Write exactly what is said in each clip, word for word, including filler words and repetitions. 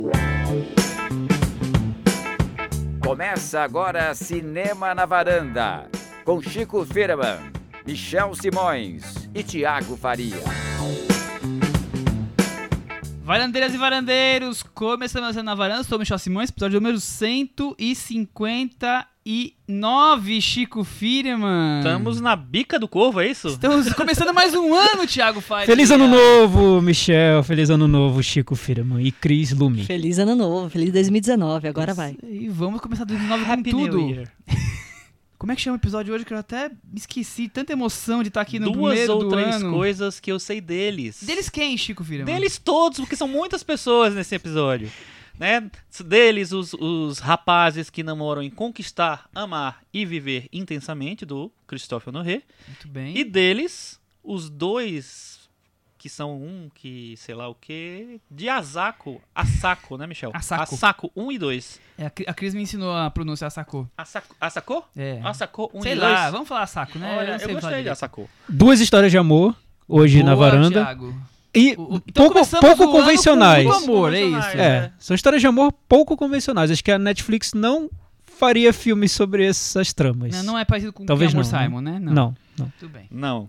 Começa agora Cinema na Varanda, com Chico Firman, Michel Simões e Thiago Faria. Varandeiras e varandeiros, começando a Cinema na Varanda, sou o Michel Simões, episódio número cento e cinquenta e nove, Chico Firman. Estamos na bica do corvo, é isso? Estamos começando mais um ano, Thiago Faria. Feliz ano novo, Michel. Feliz ano novo, Chico Firman e Cris Lume. Feliz ano novo, feliz dois mil e dezenove, agora vai. E vamos começar dois mil e dezenove com tudo. Como é que chama o episódio hoje que eu até me esqueci? Tanta emoção de estar aqui no Duas primeiro ou do três ano. coisas que eu sei deles. Deles quem, Chico Firman? Deles todos, porque são muitas pessoas nesse episódio. Né? Deles, os, os rapazes que namoram em Conquistar, Amar e Viver Intensamente, do Christophe Honoré. Muito bem. E deles, os dois, que são um que, sei lá o que, de Asako, Asako, né, Michel? Asako. Asako um e dois. É, a a Cris me ensinou a pronunciar Asako. Asako? Asako? É. Asako um Sei e dois. lá, vamos falar Asako, né? Olha, não eu sei falar gostei de direito. Asako. Duas histórias de amor hoje na Boa, varanda. Thiago. E O- o- então pouco, começamos pouco o ano convencionais. com muito amor, é isso. Convencionais, É, são histórias de amor pouco convencionais. Acho que a Netflix não faria filmes sobre essas tramas. Não, não é parecido com Talvez o Amor não, né? Simon, né? Não, não. Tudo bem. Não.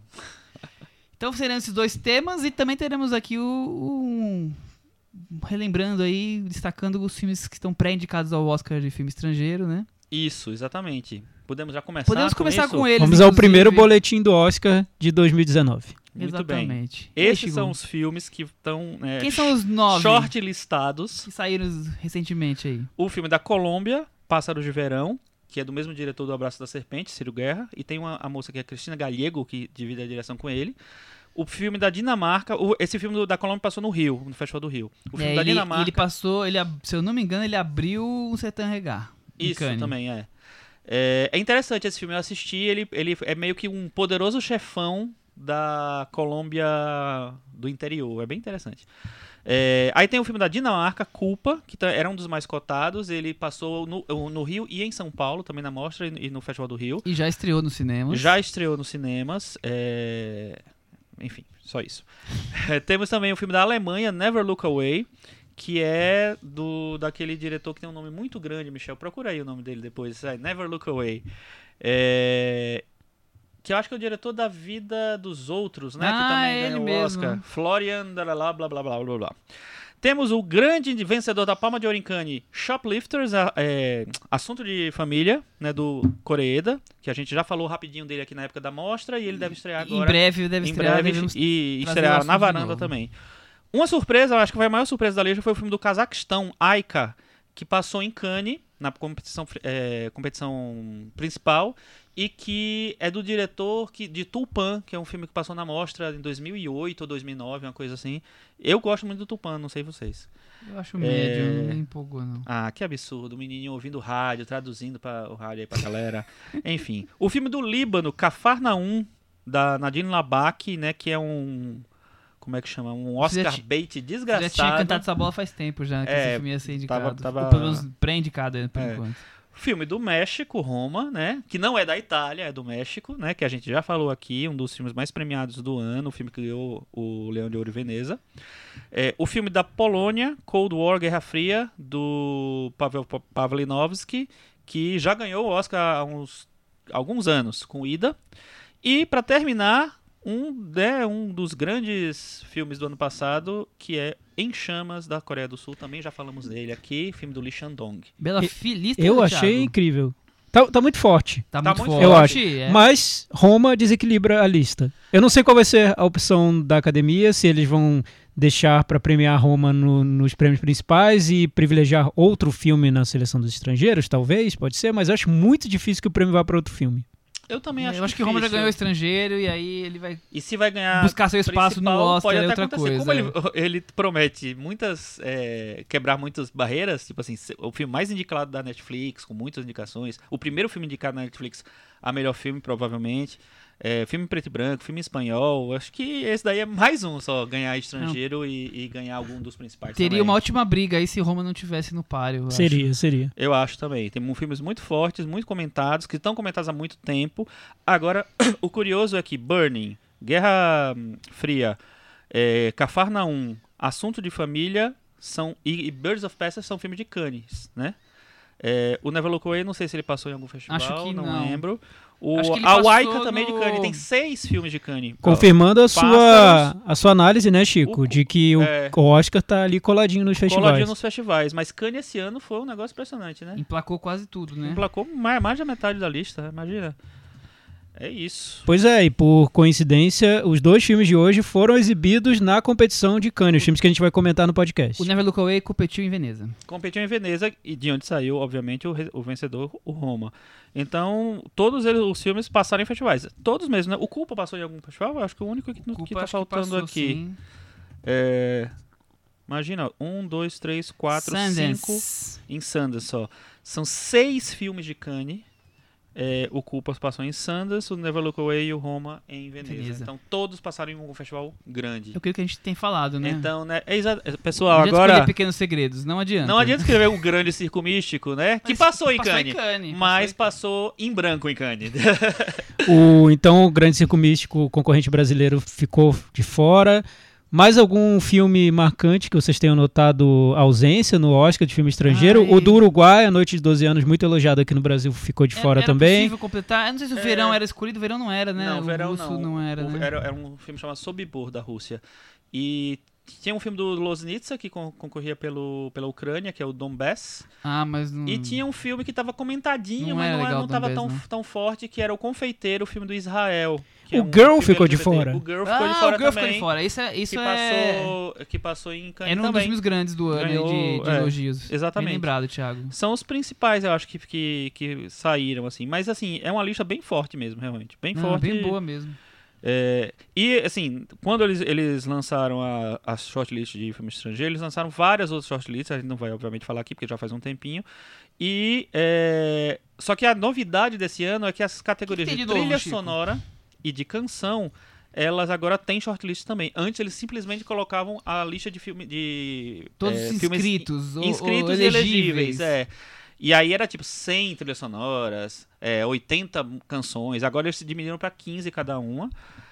Então serão esses dois temas e também teremos aqui o, o- um- relembrando aí, destacando os filmes que estão pré-indicados ao Oscar de filme estrangeiro, né? Isso, exatamente. Podemos já começar Podemos com começar isso? com eles. Vamos ao inclusive. primeiro boletim do oscar de dois mil e dezenove. Muito bem. Exatamente. E aí, Esses Chico? são os filmes que estão é, Quem são os nove short listados. que saíram recentemente aí? O filme da Colômbia, Pássaros de Verão, que é do mesmo diretor do Abraço da Serpente, Ciro Guerra, e tem uma, a moça que é a Cristina Gallego, que divide a direção com ele. O filme da Dinamarca, o- esse filme do- da Colômbia passou no Rio, no Festival do Rio. O filme É, da ele, Dinamarca, ele passou, ele, ab- se eu não me engano, ele abriu um Sertã Regar. em isso Cannes. também é. é. É interessante esse filme, eu assisti, ele, ele é meio que um poderoso chefão da Colômbia do interior, é bem interessante. É, aí tem o filme da Dinamarca, Culpa, que tá- era um dos mais cotados, ele passou no, no Rio e em São Paulo, também na Mostra e no Festival do Rio. E já estreou no cinema. Já estreou nos cinemas, é, enfim, só isso. É, temos também o filme da Alemanha, Never Look Away, que é do daquele diretor que tem um nome muito grande, Michel, procura aí o nome dele depois, é, Never Look Away. É, que eu acho que é o diretor da Vida dos Outros, né? Ah, que também ele ganhou o mesmo. Oscar. Florian, blá blá blá blá blá blá blá. Temos o grande vencedor da Palma de Ouro em Cannes, Shoplifters, a- é, assunto de família, né, do Koreeda, que a gente já falou rapidinho dele aqui na época da mostra, e ele deve estrear agora. Em breve deve em estrear. breve, devemos- e trazer o estrear assunto na de varanda novo. também. Uma surpresa, eu acho que foi a maior surpresa da lista, foi o filme do Cazaquistão, Aika, que passou em Cannes, na competição, é, competição principal, e que é do diretor que, de Tulpan, que é um filme que passou na mostra em dois mil e oito ou dois mil e nove, uma coisa assim. Eu gosto muito do Tulpan, não sei vocês. Eu acho médio, É. não me empolgou, não. Ah, que absurdo, o menininho ouvindo rádio, traduzindo para o rádio aí pra galera. Enfim, o filme do Líbano, Cafarnaum, da Nadine Labaki, né, que é um... Como é que chama? Um Você já Oscar ti- bait Já desgraçado. tinha cantado essa bola faz tempo já, que É, esse filme ia ser indicado. tava- Ou pelo menos pré-indicado, né, por É. enquanto. Filme do México, Roma, né? Que não é da Itália, é do México, né? Que a gente já falou aqui, um dos filmes mais premiados do ano, o filme que ganhou o Leão de Ouro e Veneza. É, o filme da Polônia, Cold War, Guerra Fria, do Pavel Pa- Pavlinovsky, que já ganhou o Oscar há uns alguns anos com Ida. E para terminar, um, né, um dos grandes filmes do ano passado, que é Em Chamas, da Coreia do Sul, também já falamos dele aqui, filme do Lee Shandong. Bela E- filista, Eu né, achei Thiago? incrível. Tá, tá muito forte. Tá, Tá muito muito forte. Eu acho. É. Mas Roma desequilibra a lista. Eu não sei qual vai ser a opção da academia, se eles vão deixar para premiar Roma no- nos prêmios principais e privilegiar outro filme na seleção dos estrangeiros, talvez, pode ser, mas eu acho muito difícil que o prêmio vá para outro filme. Eu também acho eu acho que Roma já difícil. ganhou o estrangeiro e aí ele vai E se vai ganhar buscar seu espaço no principal, Oscar pode é até outra acontecer. coisa. Como ele, ele promete muitas é, quebrar muitas barreiras, tipo assim, o filme mais indicado da Netflix, com muitas indicações, o primeiro filme indicado na Netflix a melhor filme, provavelmente, é, filme preto e branco, filme espanhol, acho que esse daí é mais um só, ganhar estrangeiro e, e ganhar algum dos principais Teria também. uma ótima briga aí se Roma não tivesse no páreo. eu acho. Seria, seria. Eu acho também. Tem um- filmes muito fortes, muito comentados, que estão comentados há muito tempo. Agora, o curioso é que Burning, Guerra hum, Fria, é, Cafarnaum, Assunto de Família são, e, e Birds of Passage são filmes de Cannes, né? É, o Never Look Away, não sei se ele passou em algum festival, Acho que não, não. lembro. O, Acho que ele a passou Waika também no- de Cannes, tem seis filmes de Cannes. Confirmando a sua, Pássaros. a sua análise, né, Chico? O- de que o é. Oscar tá ali coladinho nos festivais. Coladinho nos festivais, mas Cannes esse ano foi um negócio impressionante, né? Emplacou quase tudo, né? Emplacou mais, mais da metade da lista, imagina. É isso. Pois é, e por coincidência, os dois filmes de hoje foram exibidos na competição de Cannes, os filmes que a gente vai comentar no podcast. O Never Look Away competiu em Veneza. Competiu em Veneza e de onde saiu, obviamente, o, re- o vencedor, o Roma. Então, todos eles, os filmes passaram em festivais. Todos mesmo, né? O Culpa passou em algum festival? Eu acho que o único que, Culpa, que tá acho faltando passou, aqui. sim. É, imagina, um, dois, três, quatro, Sundance. cinco em Sundance só. São seis filmes de Cannes. É, o Culpa passou em Sundance, o Never Look Away e o Roma em Veneza. Veneza. Então, todos passaram em um festival grande. É o que a gente tem falado, né? Então, né? É exa- não pessoal, adianta agora... escolher Pequenos Segredos, não adianta. Não adianta escrever o grande circo místico, né? Que Mas passou em passou Cannes. Cannes, Mas passou passou em branco em Cannes. O, então, o Grande Circo Místico, o concorrente brasileiro, ficou de fora. Mais algum filme marcante que vocês tenham notado ausência no Oscar de filme estrangeiro? Ai. O do Uruguai, A Noite de doze Anos, muito elogiado aqui no Brasil, ficou de Era- fora era também. possível completar. Eu não sei se o É. verão era escolhido, o verão não era, né? Não, o verão russo não. era, O- né? era, era um filme chamado Sobibor, da Rússia. E tinha um filme do Loznitsa, que con- concorria pelo, pela Ucrânia, que é o Donbass. Ah, mas não... E tinha um filme que estava comentadinho, Não mas era não, era- legal não estava Donbass, tão, não. tão forte, que era O Confeiteiro, o filme do Israel. que é O um Girl filme ficou de L G B T. fora. O Girl ficou de Ah, fora o Girl também. ficou de fora. Isso é... Isso que, é... passou, que passou em Cannes Era um dos também. filmes grandes do ano aí Ganhou, de, de é, elogios. exatamente. Bem lembrado, Thiago. São os principais, eu acho, que, que, que saíram, assim. Mas, assim, é uma lista bem forte mesmo, realmente. Bem Não, forte. bem boa mesmo. É, e, assim, quando eles, eles lançaram a, a shortlist de filme estrangeiro, eles lançaram várias outras shortlists, a gente não vai, obviamente, falar aqui, porque já faz um tempinho. E, é, só que a novidade desse ano é que as categorias Que que de tem de novo, trilha Chico? sonora e de canção, elas agora têm shortlist também. Antes, eles simplesmente colocavam a lista de, filme, de Todos é, os filmes inscritos. ou- inscritos ou e elegíveis, elegíveis. é. E aí era tipo cem trilhas sonoras, é, oitenta canções, agora eles se diminuíram para quinze cada uma.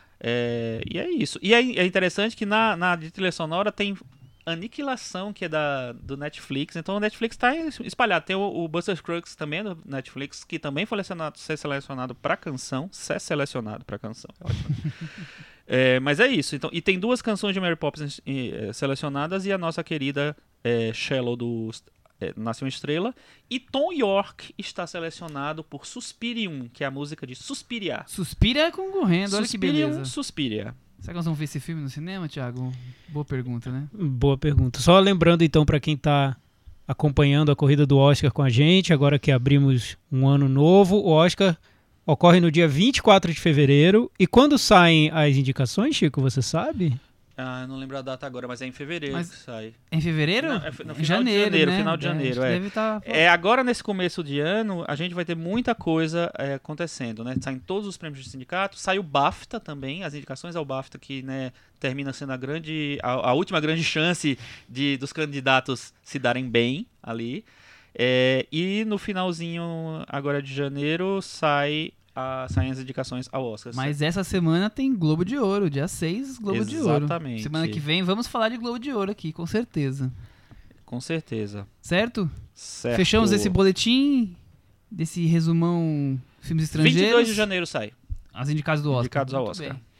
É, e é isso. E é, é interessante que na, na de trilha sonora tem Aniquilação, que é da, do Netflix. Então o Netflix está espalhado. Tem o, o Buster Scruggs também do Netflix, que também foi selecionado, ser selecionado para canção. Ser selecionado para canção. É ótimo. É, mas é isso. Então, e tem duas canções de Mary Poppins eh, selecionadas e a nossa querida eh, Shallow do eh, Nasce uma Estrela. E Tom York está selecionado por Suspirium, que é a música de Suspiriar. Suspira concorrendo, olha que Suspirium, beleza. Suspiria. Será que nós vamos ver esse filme no cinema, Thiago? Boa pergunta, né? Boa pergunta. Só lembrando, então, para quem está acompanhando a corrida do Oscar com a gente, agora que abrimos um ano novo, o Oscar ocorre no dia vinte e quatro de fevereiro. E quando saem as indicações, Chico, você sabe? Ah, eu não lembro a data agora, mas é em fevereiro Mas- que sai. É em fevereiro? Não, é fi- no Em final de janeiro, janeiro, né? final de É, janeiro, acho que é. Deve tá... É, agora, nesse começo de ano, a gente vai ter muita coisa é, acontecendo, né? Saem todos os prêmios de sindicato, sai o BAFTA também, as indicações ao BAFTA, que, né, termina sendo a grande, a, a última grande chance de, dos candidatos se darem bem ali. É, e no finalzinho, agora de janeiro, sai a, saem as indicações ao Oscar. Mas essa semana tem Globo de Ouro, dia seis, Globo de Ouro. Exatamente. Semana que vem vamos falar de Globo de Ouro aqui, com certeza. Com certeza. Certo? Certo. Fechamos esse boletim, desse resumão filmes estrangeiros. vinte e dois de janeiro sai. As indicados do Oscar. Indicados ao Muito Oscar. bem.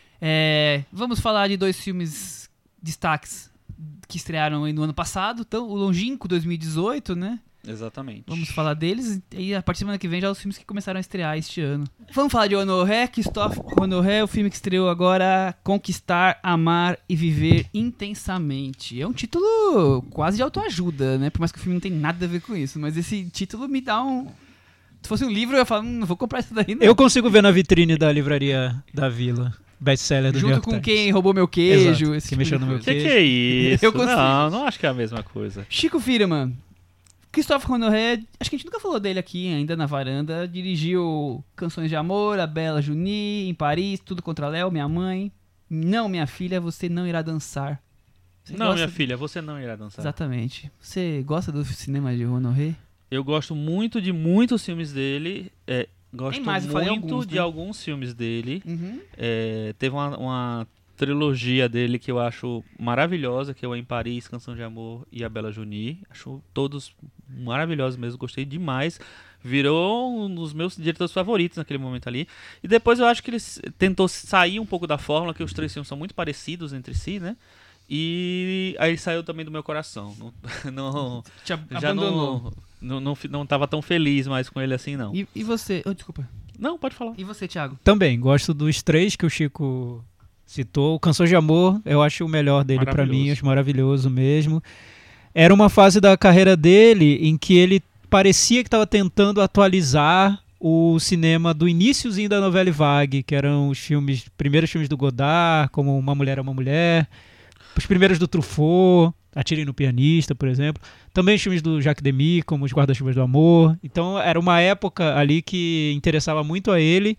É, vamos falar de dois filmes destaques que estrearam aí no ano passado. Então, o Longínquo dois mil e dezoito, né? Exatamente. Vamos falar deles e a partir da semana que vem já os filmes que começaram a estrear este ano. Vamos falar de Honoré, Christophe Honoré, o filme que estreou agora, Conquistar, Amar e Viver Intensamente. É um título quase de autoajuda, né? Por mais que o filme não tenha nada a ver com isso, mas esse título me dá um... Se fosse um livro eu ia falar, hum, não vou comprar isso daí não. Eu consigo ver na vitrine da livraria da Vila, best-seller do New Junto York com Times. quem roubou meu queijo, Exato, esse quem tipo mexeu de no meu coisa. Que que é isso? Eu consigo. Não, não acho que é a mesma coisa. Chico Firman. Christophe Honoré, acho que a gente nunca falou dele aqui ainda na varanda. Dirigiu Canções de Amor, A Bela Juni, Em Paris, Tudo Contra Léo, Minha Mãe. Não, minha filha, você não irá dançar. Você não, gosta minha de- filha, você não irá dançar. Exatamente. Você gosta do cinema de Honoré? Eu gosto muito de muitos filmes dele. É, gosto Tem mais, eu falei muito alguns, de né? alguns filmes dele. Uhum. É, teve uma, uma trilogia dele que eu acho maravilhosa, que é o Em Paris, Canção de Amor e A Bela Journée. Acho todos maravilhosos mesmo, gostei demais. Virou um dos meus diretores favoritos naquele momento ali. E depois eu acho que ele tentou sair um pouco da fórmula, que os três filmes são muito parecidos entre si, né? E aí saiu também do meu coração. Não, não, Te já abandonou. não, não, não, não tava tão feliz mais com ele assim, não. E, e você... Oh, desculpa. Não, pode falar. E você, Thiago? Também, gosto dos três que o Chico citou. O Canções de Amor, eu acho o melhor dele pra mim, Maravilhoso. acho maravilhoso mesmo. Era uma fase da carreira dele em que ele parecia que estava tentando atualizar o cinema do iniciozinho da Nouvelle Vague, que eram os filmes, primeiros filmes do Godard, como Uma Mulher é uma Mulher, os primeiros do Truffaut, Atire no Pianista, por exemplo. Também os filmes do Jacques Demy, como Os Guarda-Chuvas do Amor. Então era uma época ali que interessava muito a ele.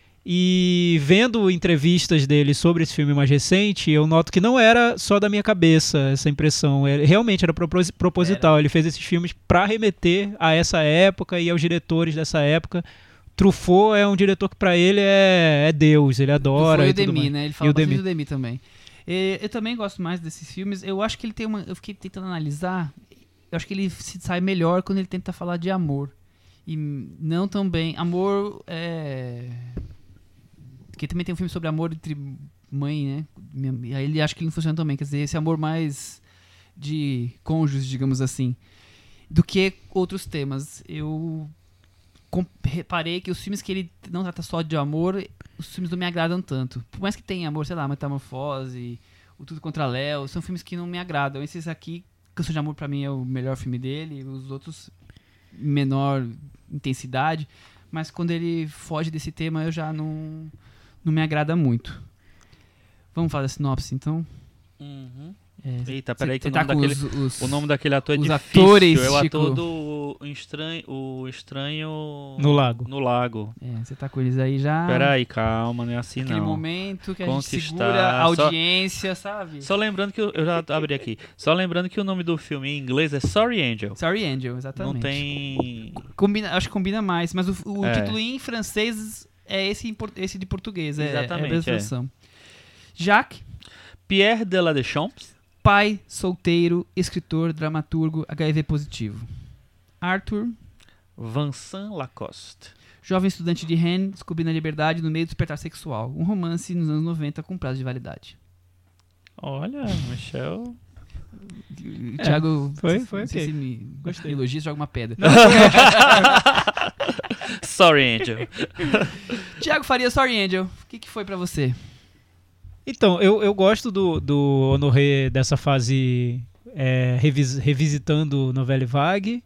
E vendo entrevistas dele sobre esse filme mais recente, eu noto que não era só da minha cabeça essa impressão. Ele, realmente era propos- proposital. Era. Ele fez esses filmes para remeter a essa época e aos diretores dessa época. Truffaut é um diretor que para ele é, é Deus, ele adora. Foi e o tudo Demy, mais. né? Ele E fala o bastante Demy. do Demy também. E, eu também gosto mais desses filmes. Eu acho que ele tem uma... Eu fiquei tentando analisar. Eu acho que ele se sai melhor quando ele tenta falar de amor. E não também... Amor é... Porque também tem um filme sobre amor entre mãe, né? E aí ele acha que ele não funciona também. Quer dizer, esse amor mais de cônjuges, digamos assim, do que outros temas. Eu com- reparei que os filmes que ele não trata só de amor, os filmes não me agradam tanto. Por mais que tenha amor, sei lá, Metamorfose, O Tudo Contra Léo, são filmes que não me agradam. Esses aqui, Canção de Amor pra mim é o melhor filme dele, os outros menor intensidade, mas quando ele foge desse tema eu já não... não me agrada muito. Vamos falar da sinopse, então? Uhum. É, Eita, peraí que você o tá nome, com daquele, os, os, o nome daquele ator é os difícil. atores, é o Chico. ator do estranho, o estranho... No Lago. No Lago. É, você tá com eles aí já... Peraí, calma, não é assim Aquele não. momento que a Conquistar, gente segura a só- audiência, sabe? Só lembrando que eu, eu já abri aqui. Só lembrando que o nome do filme em inglês é Sorry Angel. Sorry Angel, exatamente. Não tem... Combina, acho que combina mais, mas o, o É. título em francês é esse, em por- esse de português. É, Exatamente, é a mesma é. tradução. Jacques, Pierre de la Deschamps. pai, solteiro, escritor, dramaturgo, H I V positivo. Arthur, Vincent Lacoste. jovem estudante de Rennes, descobrindo a liberdade no meio do despertar sexual. Um romance nos anos noventa com prazo de validade. Olha, Michel... O Thiago, foi- não foi sei ok. se me Gostei. elogia, joga uma pedra. Sorry Angel. Thiago Faria, Sorry Angel, o que, que foi pra você? Então, eu, eu gosto do, do Honoré dessa fase é, revis- revisitando Nouvelle Vague.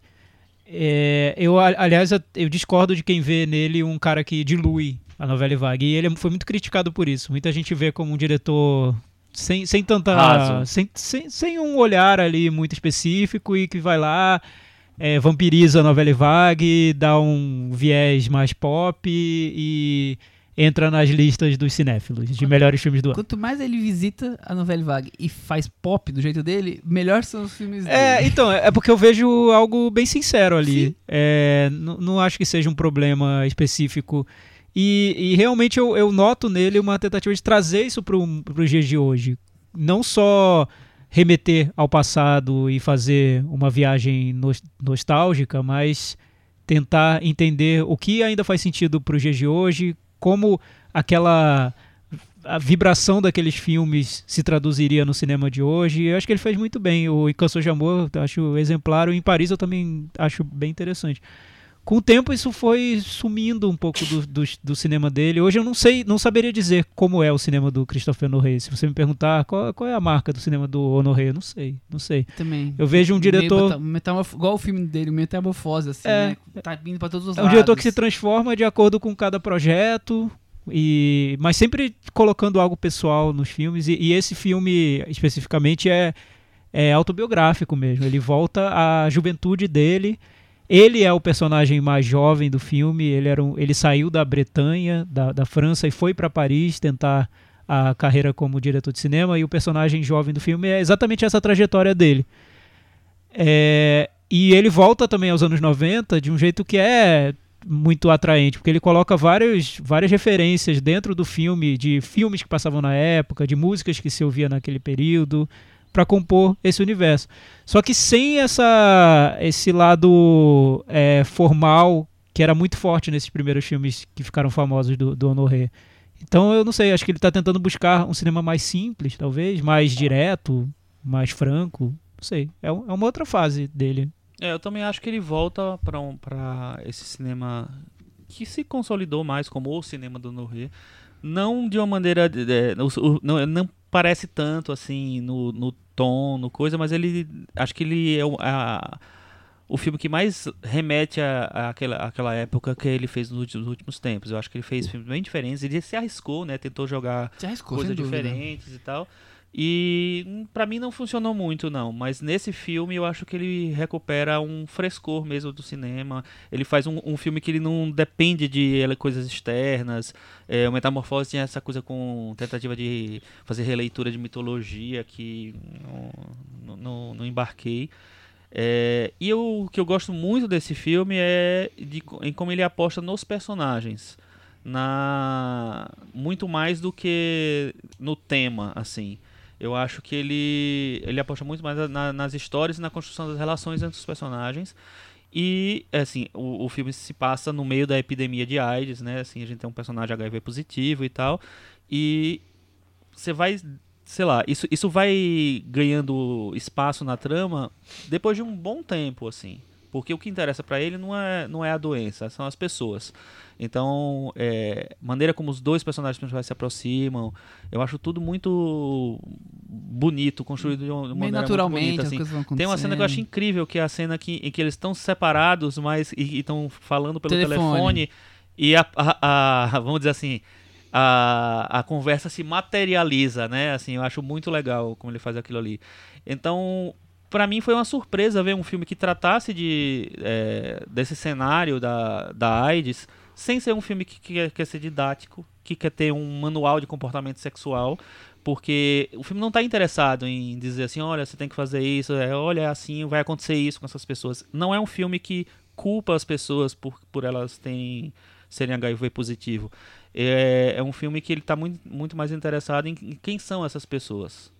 É, eu, a- aliás, eu- eu discordo de quem vê nele um cara que dilui a Nouvelle Vague. E ele foi muito criticado por isso. Muita gente vê como um diretor sem, sem tanta... Raso. Sem, sem, sem um olhar ali muito específico e que vai lá, é, vampiriza a Nouvelle Vague, dá um viés mais pop e... entra nas listas dos cinéfilos de melhores filmes do ano. Quanto mais ele visita a Nouvelle Vague e faz pop do jeito dele, melhor são os filmes É, dele. então, é porque eu vejo algo bem sincero ali. Sim. É, n- não acho que seja um problema específico. E, e realmente eu, eu noto nele uma tentativa de trazer isso para os dias de hoje. Não só remeter ao passado e fazer uma viagem nos- nostálgica, mas tentar entender o que ainda faz sentido para os dias de hoje, como aquela a vibração daqueles filmes se traduziria no cinema de hoje. Eu acho que ele fez muito bem. O Em Canções de Amor eu acho exemplar. O Em Paris eu também acho bem interessante. Com o tempo isso foi sumindo um pouco do, do, do cinema dele. Hoje eu não sei, não saberia dizer como é o cinema do Christophe Honoré. Se você me perguntar qual, qual é a marca do cinema do Honoré, eu não sei, não sei. Também. Eu vejo um diretor... Meio metamorf- igual o filme dele, Metamorfose, assim, É. né? Tá indo pra todos os É um lados. diretor que se transforma de acordo com cada projeto, e, mas sempre colocando algo pessoal nos filmes. E, e esse filme, especificamente, é, é autobiográfico mesmo. Ele volta à juventude dele. Ele é o personagem mais jovem do filme. Ele, era um, ele saiu da Bretanha, da, da França, e foi para Paris tentar a carreira como diretor de cinema. E o personagem jovem do filme é exatamente essa trajetória dele. É, e ele volta também aos anos noventa de um jeito que é muito atraente, porque ele coloca vários, várias referências dentro do filme, de filmes que passavam na época, de músicas que se ouvia naquele período, para compor esse universo. Só que sem essa, esse lado é, formal, que era muito forte nesses primeiros filmes que ficaram famosos do, do Honoré. Então eu não sei, acho que ele está tentando buscar um cinema mais simples, talvez, mais direto, mais franco, não sei. É, um, é uma outra fase dele. É, eu também acho que ele volta para um, para esse cinema que se consolidou mais como o cinema do Honoré. Não de uma maneira... De, de, o, não, não parece tanto assim no, no tom, no coisa, mas ele... Acho que ele é o, a, o filme que mais remete a, àquela, àquela época que ele fez nos últimos, nos últimos tempos. Eu acho que ele fez filmes bem diferentes. Ele se arriscou, né? Tentou jogar Se arriscou, coisas sem dúvida. diferentes e tal. E pra mim não funcionou muito, não. Mas nesse filme eu acho que ele recupera um frescor mesmo do cinema. Ele faz um, um filme que ele não depende de ele, coisas externas. É, o Metamorfose tinha essa coisa com tentativa de fazer releitura de mitologia que não, não, não embarquei. É, e eu, o que eu gosto muito desse filme é de, em como ele aposta nos personagens. Na, muito mais do que no tema, assim. Eu acho que ele, ele aposta muito mais na, nas histórias e na construção das relações entre os personagens. E, assim, o, o filme se passa no meio da epidemia de AIDS, né? Assim, a gente tem um personagem H I V positivo e tal. E você vai, sei lá, isso, isso vai ganhando espaço na trama depois de um bom tempo, assim. Porque o que interessa pra ele não é, não é a doença, são as pessoas. Então, é, maneira como os dois personagens principais se aproximam, eu acho tudo muito bonito, construído de uma, de uma Meio maneira naturalmente, muito bonita. as Assim. coisas vão Tem uma cena que eu acho acontecendo. incrível, que é a cena que, em que eles estão separados, mas e estão falando pelo Telefone. telefone, e a, a, a- vamos dizer assim, a, a conversa se materializa, né? Assim, eu acho muito legal como ele faz aquilo ali. Então, pra mim foi uma surpresa ver um filme que tratasse de, é, desse cenário da, da AIDS, sem ser um filme que, que quer, quer ser didático, que quer ter um manual de comportamento sexual, porque o filme não está interessado em dizer assim, olha, você tem que fazer isso, é, olha, é assim, vai acontecer isso com essas pessoas. Não é um filme que culpa as pessoas por, por elas terem, serem H I V positivo. É, é um filme que ele está muito, muito mais interessado em, em quem são essas pessoas.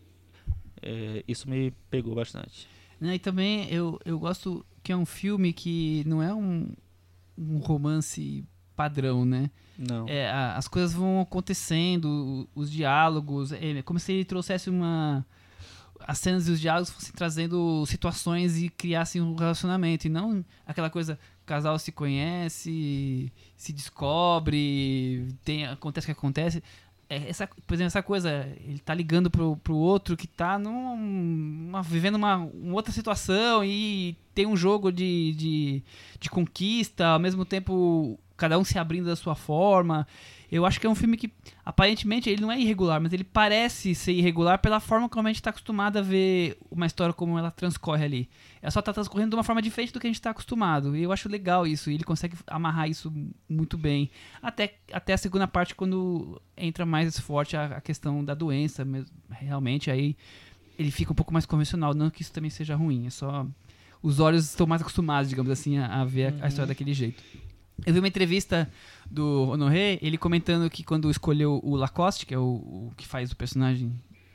É, isso me pegou bastante. Né, e também eu, eu gosto que é um filme que não é um, um romance padrão, né? Não. É, a- as coisas vão acontecendo, o- os diálogos, é como se ele trouxesse uma... As cenas e os diálogos fossem trazendo situações e criassem um relacionamento, e não aquela coisa, o casal se conhece, se descobre, tem, acontece o que acontece. É, essa, por exemplo, essa coisa, ele tá ligando pro, pro outro que tá num, uma- vivendo uma, uma outra situação e tem um jogo de, de, de conquista, ao mesmo tempo cada um se abrindo da sua forma. Eu acho que é um filme que, aparentemente, ele não é irregular, mas ele parece ser irregular pela forma como a gente está acostumado a ver uma história como ela transcorre ali. Ela só está transcorrendo de uma forma diferente do que a gente está acostumado. E eu acho legal isso, e ele consegue amarrar isso muito bem. Até, até a segunda parte, quando entra mais forte a, a questão da doença, mesmo, realmente, aí ele fica um pouco mais convencional. Não que isso também seja ruim, é só... Os olhos estão mais acostumados, digamos assim, a, a ver a, a história daquele jeito. Eu vi uma entrevista do Honoré, ele comentando que quando escolheu o Lacoste, que é o, o que faz o personagem,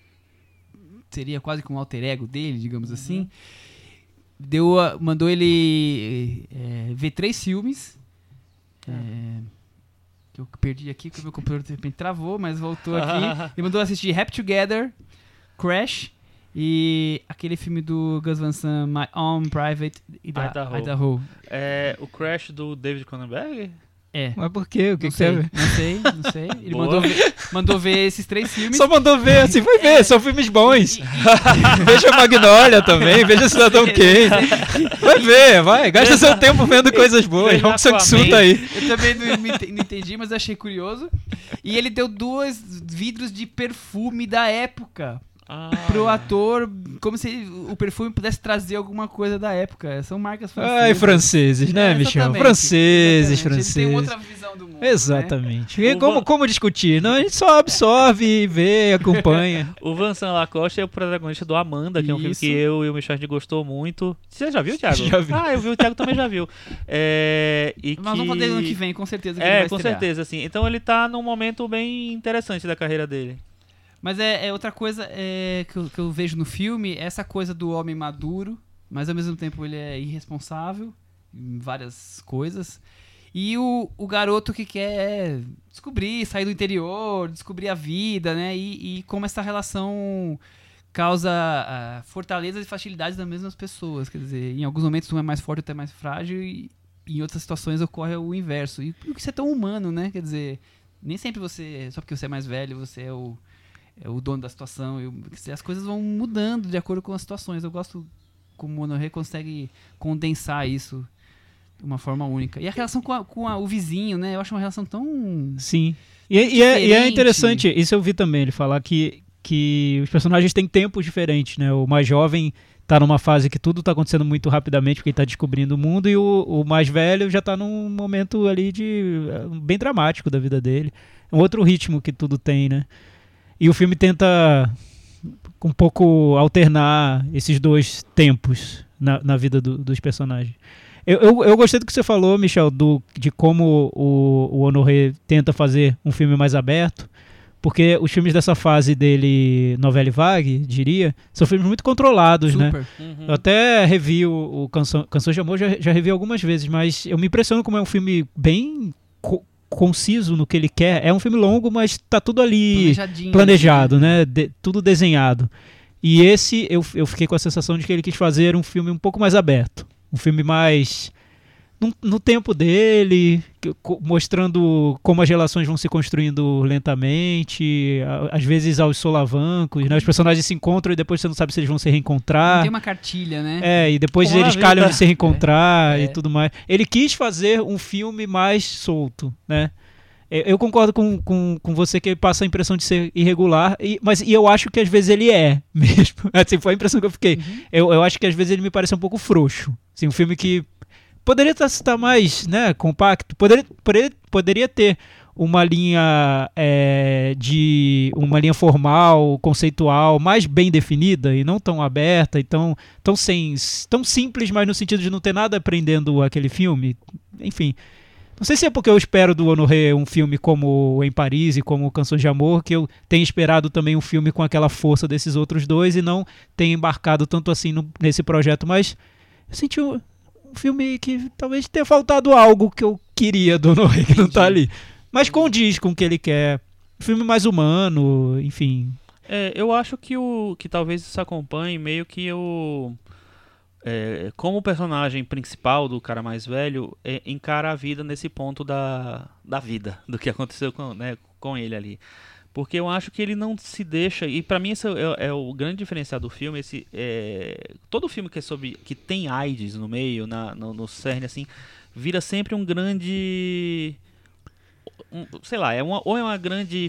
seria quase que um alter ego dele, digamos Uhum. assim, deu a- mandou ele é, ver três filmes, é, que eu perdi aqui, porque o meu computador de repente travou, mas voltou aqui. Ele mandou assistir Happy Together, Crash e aquele filme do Gus Van Sant, My Own Private Idaho. Idaho. É o Crash do David Cronenberg? É. Mas por quê? O que, Não que sei, você não sei, não sei. Ele Boa. mandou ver, mandou ver esses três filmes. Só mandou ver, assim, vai ver, são filmes bons. Veja Magnolia também, veja Cidadão Kane. Vai ver, vai, gasta seu tempo vendo coisas boas. Veja Vamos que Aquaman. suta aí. Eu também não, me ente- não entendi, mas achei curioso. E ele deu dois vidros de perfume da época Ah, pro ator, como se o perfume pudesse trazer alguma coisa da época. São marcas francesas. Ai, franceses, né, É, Michel? exatamente, Franceses, exatamente. franceses. Eles têm outra visão do mundo, né? Exatamente. E O como, Van- como discutir? Não, a gente só absorve, vê, acompanha. O Vincent Lacoste é o protagonista do Amanda, que é um filme Isso. que eu e o Michel a gente gostou muito. Você já viu, Thiago? Já vi. Ah, eu vi, o Thiago também já viu. É, e Mas que... vamos fazer ano que vem, com certeza que ele É, vai com estrear. certeza, assim. Então ele tá num momento bem interessante da carreira dele. Mas é, é outra coisa é, que, eu, que eu vejo no filme, é essa coisa do homem maduro, mas ao mesmo tempo ele é irresponsável em várias coisas. E o, o garoto que quer descobrir, sair do interior, descobrir a vida, né? E, e como essa relação causa ah, fortalezas e facilidades das mesmas pessoas. Quer dizer, em alguns momentos um é mais forte, outro é mais frágil, e em outras situações ocorre o inverso. E por isso é tão humano, né? Quer dizer, nem sempre você, só porque você é mais velho, você é o é o dono da situação. Eu, as coisas vão mudando de acordo com as situações. Eu gosto como o Honoré consegue condensar isso de uma forma única. E a relação com, a, com a, o vizinho, né? Eu acho uma relação tão... Sim. E, e, é, e é Diferente. interessante, isso eu vi também, ele falar que, que os personagens têm tempos diferentes, né? O mais jovem tá numa fase que tudo tá acontecendo muito rapidamente, porque ele tá descobrindo o mundo, e o, o mais velho já tá num momento ali de bem dramático da vida dele. É um outro ritmo que tudo tem, né? E o filme tenta um pouco alternar esses dois tempos na, na vida do, dos personagens. Eu, eu, eu gostei do que você falou, Michel, do, de como o, o Honoré tenta fazer um filme mais aberto, porque os filmes dessa fase dele, novela e vague, diria, são filmes muito controlados, né? Super. Uhum. Eu até revi o, o Canção, Canções de Amor, já, já revi algumas vezes, mas eu me impressiono como é um filme bem co- conciso no que ele quer. É um filme longo, mas tá tudo ali Planejadinho. planejado, né? De- tudo desenhado. E esse, eu, eu fiquei com a sensação de que ele quis fazer um filme um pouco mais aberto. Um filme mais... No, no tempo dele, que- co- mostrando como as relações vão se construindo lentamente, a- às vezes aos solavancos, né? Os personagens se encontram e depois você não sabe se eles vão se Não reencontrar. tem uma cartilha, né? É, e depois Como eles na calham vida. de se reencontrar É. e tudo mais. Ele quis fazer um filme mais solto, né? Eu eu concordo com, com, com você que ele passa a impressão de ser irregular, e, mas e eu acho que às vezes ele é mesmo. Assim, foi a impressão que eu fiquei. Eu, eu acho que às vezes ele me parece um pouco frouxo. Assim, um filme que poderia estar mais, né, compacto, poderia, poderia, poderia ter uma linha é, de uma linha formal, conceitual, mais bem definida e não tão aberta e tão, tão, sem, tão simples, mas no sentido de não ter nada aprendendo aquele filme. Enfim, não sei se é porque eu espero do Honoré um filme como Em Paris e como Canções de Amor, que eu tenho esperado também um filme com aquela força desses outros dois e não tenho embarcado tanto assim no, nesse projeto, mas eu senti um, um filme que talvez tenha faltado algo que eu queria do Honoré, que não tá ali. Mas condiz com o que ele quer. Um filme mais humano, enfim. É, eu acho que, o, que talvez isso acompanhe meio que o... É, como o personagem principal do cara mais velho é, encara a vida nesse ponto da, da vida, do que aconteceu com, né, com ele ali. Porque eu acho que ele não se deixa, e pra mim esse é, é o grande diferencial do filme, esse, é, todo filme que é sobre, que tem AIDS no meio, na, no, no cerne, assim, vira sempre um grande, um, sei lá, é uma, ou é uma grande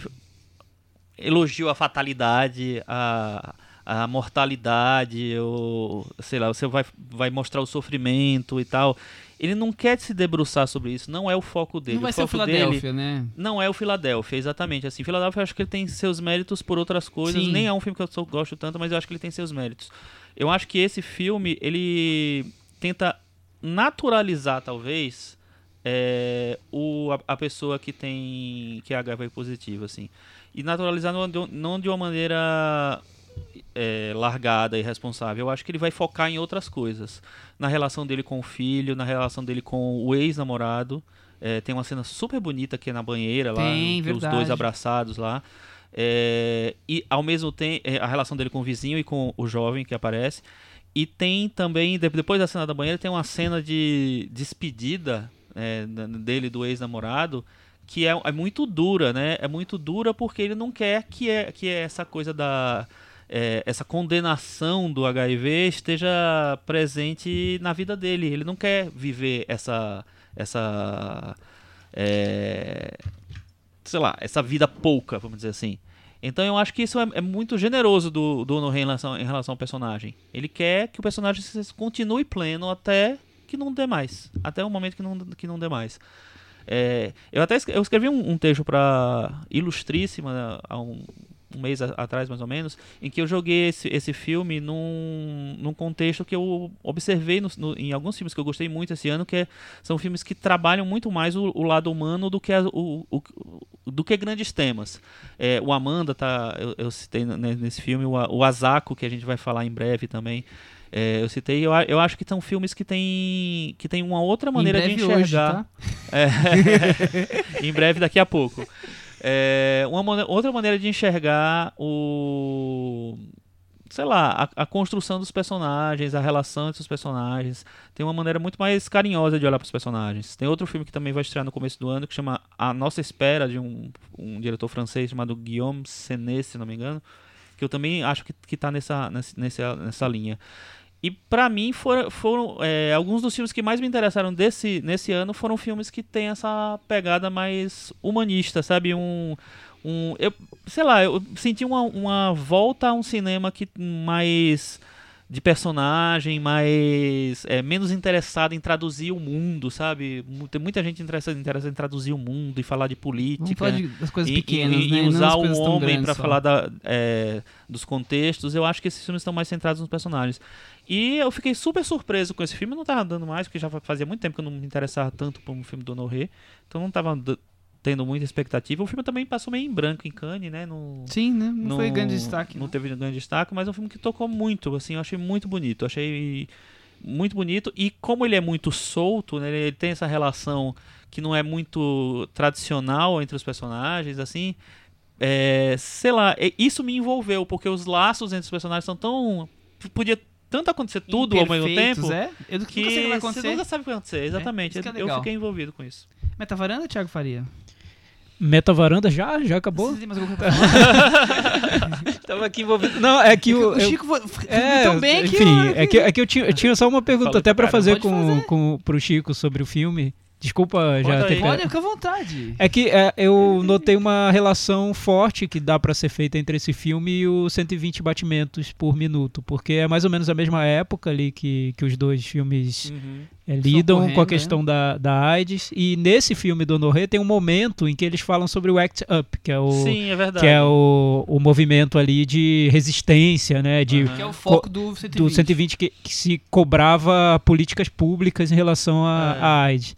elogio à fatalidade, a a mortalidade, ou sei lá, você vai, vai mostrar o sofrimento e tal. Ele não quer se debruçar sobre isso, não é o foco dele. Não vai o ser o foco Filadélfia, dele né? não é o Filadélfia, exatamente. Assim, Filadélfia eu acho que ele tem seus méritos por outras coisas. Sim. Nem é um filme que eu só gosto tanto, mas eu acho que ele tem seus méritos. Eu acho que esse filme, ele tenta naturalizar, talvez, é, o, a, a pessoa que tem que é H I V positivo, assim. E naturalizar não, não de uma maneira... É, largada e irresponsável. Eu acho que ele vai focar em outras coisas. Na relação dele com o filho, na relação dele com o ex-namorado. É, tem uma cena super bonita que é na banheira, lá, Tem, que os verdade. dois abraçados lá. É, e ao mesmo tempo, é, a relação dele com o vizinho e com o jovem que aparece. E tem também, de- depois da cena da banheira, tem uma cena de despedida é, da- dele do ex-namorado, que é, é muito dura, né? É muito dura porque ele não quer que, é, que é essa coisa da... É, essa condenação do H I V esteja presente na vida dele. Ele não quer viver essa... essa é, sei lá, essa vida pouca, vamos dizer assim. Então eu acho que isso é, é muito generoso do, do Ono-Rei em relação, em relação ao personagem. Ele quer que o personagem continue pleno até que não dê mais. Até o momento que não, que não dê mais. É, eu até eu escrevi um, um texto para Ilustríssima, né, há um, um mês a, atrás mais ou menos, em que eu joguei esse, esse filme num, num contexto que eu observei no, no, em alguns filmes que eu gostei muito esse ano, que é, são filmes que trabalham muito mais o, o lado humano do que, a, o, o, do que grandes temas. É, o Amanda, tá, eu, eu citei nesse filme, o, o Asako, que a gente vai falar em breve também. É, eu citei, eu, eu acho que são filmes que tem, que tem uma outra maneira de enxergar. Hoje, tá? É, em breve, daqui a pouco. É, uma outra maneira de enxergar o, sei lá, a, a construção dos personagens, a relação entre os personagens. Tem uma maneira muito mais carinhosa de olhar para os personagens. Tem outro filme que também vai estrear no começo do ano que chama A Nossa Espera, de um, um diretor francês chamado Guillaume Senet, se não me engano, que eu também acho que, que tá nessa, nessa, nessa linha. E pra mim foram, foram é, alguns dos filmes que mais me interessaram desse, nesse ano foram filmes que têm essa pegada mais humanista, sabe? Um, um, eu, sei lá, eu senti uma, uma volta a um cinema que mais de personagem, mais é, menos interessado em traduzir o mundo, sabe? Tem muita gente interessada, interessada em traduzir o mundo e falar de política. Vamos falar de, das coisas e, pequenas, e, né? E usar o homem para falar da, é, dos contextos. Eu acho que esses filmes estão mais centrados nos personagens. E eu fiquei super surpreso com esse filme. Eu não tava dando mais, porque já fazia muito tempo que eu não me interessava tanto por um filme do Ono-Rei. Então não tava tendo muita expectativa. O filme também passou meio em branco em Cannes, né? No, Sim, né? Não no, foi grande destaque. Não, não teve grande destaque, mas é um filme que tocou muito. Assim, eu achei muito bonito. Eu achei muito bonito. E como ele é muito solto, né? Ele tem essa relação que não é muito tradicional entre os personagens, assim. É, sei lá, isso me envolveu, porque os laços entre os personagens são tão... Podia tanto acontecer tudo ao mesmo tempo, é? Eu nunca que sei o que vai acontecer. Você nunca sabe o que vai acontecer, exatamente. É, é eu fiquei envolvido com isso. Metavaranda, Thiago Faria? Metavaranda já? Já acabou? Você tem mais alguma coisa pra falar? Tava aqui envolvido. Não, é que o... o Chico foi é, tão bem enfim, que... Enfim, é que, é que eu, tinha, eu tinha só uma pergunta Fala, até pra cara, fazer, com, fazer. com pro Chico sobre o filme. Desculpa Pode já aí. ter... Pode, fica à vontade. É que é, eu notei uma relação forte que dá pra ser feita entre esse filme e o cento e vinte batimentos por minuto, porque é mais ou menos a mesma época ali que, que os dois filmes Uhum. é, lidam correndo, com a questão né? da, da AIDS, e nesse filme do Ono-Rei tem um momento em que eles falam sobre o Act Up, que é o, Sim, é verdade. que é o, o movimento ali de resistência, né, de, Uhum. Que é o foco do cento e vinte. do cento e vinte que, que se cobrava políticas públicas em relação a, É. a AIDS.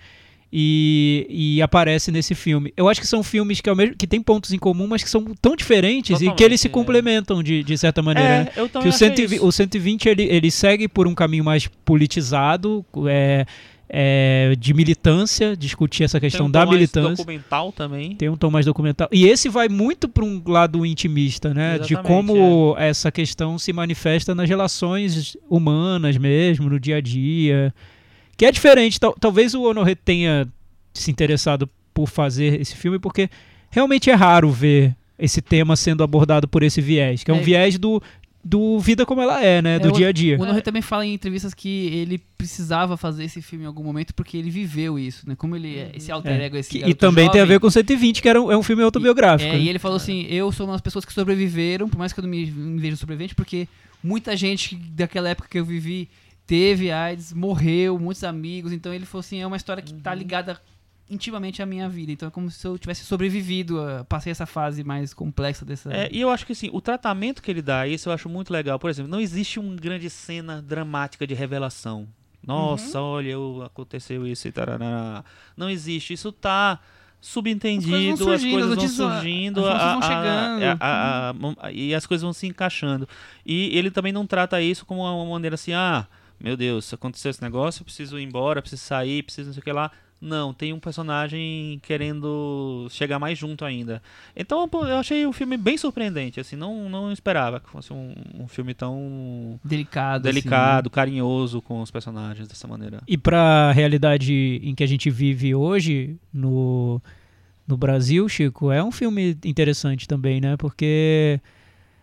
E, e aparece nesse filme. Eu acho que são filmes que, ao mesmo, que têm pontos em comum, mas que são tão diferentes e que Totalmente, eles se é. complementam de, de certa maneira. É, né? eu também Que o, achei cento e vinte, isso. o cento e vinte ele, ele segue por um caminho mais politizado, é, é, de militância, discutir essa Tem questão um da tom mais militância. documental também. Tem um tom mais documental. E esse vai muito para um lado intimista, né? De Exatamente, como essa questão se manifesta nas relações humanas mesmo, no dia a dia. Que é diferente. Tal, talvez o Ono-Rei tenha se interessado por fazer esse filme, porque realmente é raro ver esse tema sendo abordado por esse viés, que é um É. viés do, do vida como ela é, né? Do É, dia a dia. O Ono-Rei também fala em entrevistas que ele precisava fazer esse filme em algum momento porque ele viveu isso, né? Como ele é esse alter ego, esse Que- e garoto também tem a jovem. ver com cento e vinte, que era um, é um filme autobiográfico. É, né? e ele falou assim, eu sou uma das pessoas que sobreviveram, por mais que eu não me, me veja sobrevivente, porque muita gente daquela época que eu vivi teve AIDS, morreu, muitos amigos, então ele falou assim, é uma história que tá ligada intimamente à minha vida, então é como se eu tivesse sobrevivido, a, passei essa fase mais complexa dessa... É, e eu acho que assim, o tratamento que ele dá a isso eu acho muito legal. Por exemplo, não existe uma grande cena dramática de revelação. Nossa, Uhum. olha, eu, aconteceu isso e tarará. Não existe. Isso tá subentendido, As coisas vão as surgindo, coisas as vão notícias- surgindo as notícias a- vão a- chegando. a- a- a- a- e as coisas vão se encaixando. E ele também não trata isso como uma maneira assim, ah, meu Deus, aconteceu esse negócio, eu preciso ir embora, eu preciso sair, preciso não sei o que lá. Não, tem um personagem querendo chegar mais junto ainda. Então, pô, eu achei o filme bem surpreendente, assim, não, não esperava que fosse um, um filme tão Delicado, delicado, carinhoso com os personagens dessa maneira. E para a realidade em que a gente vive hoje no, no Brasil, Chico, é um filme interessante também, né? Porque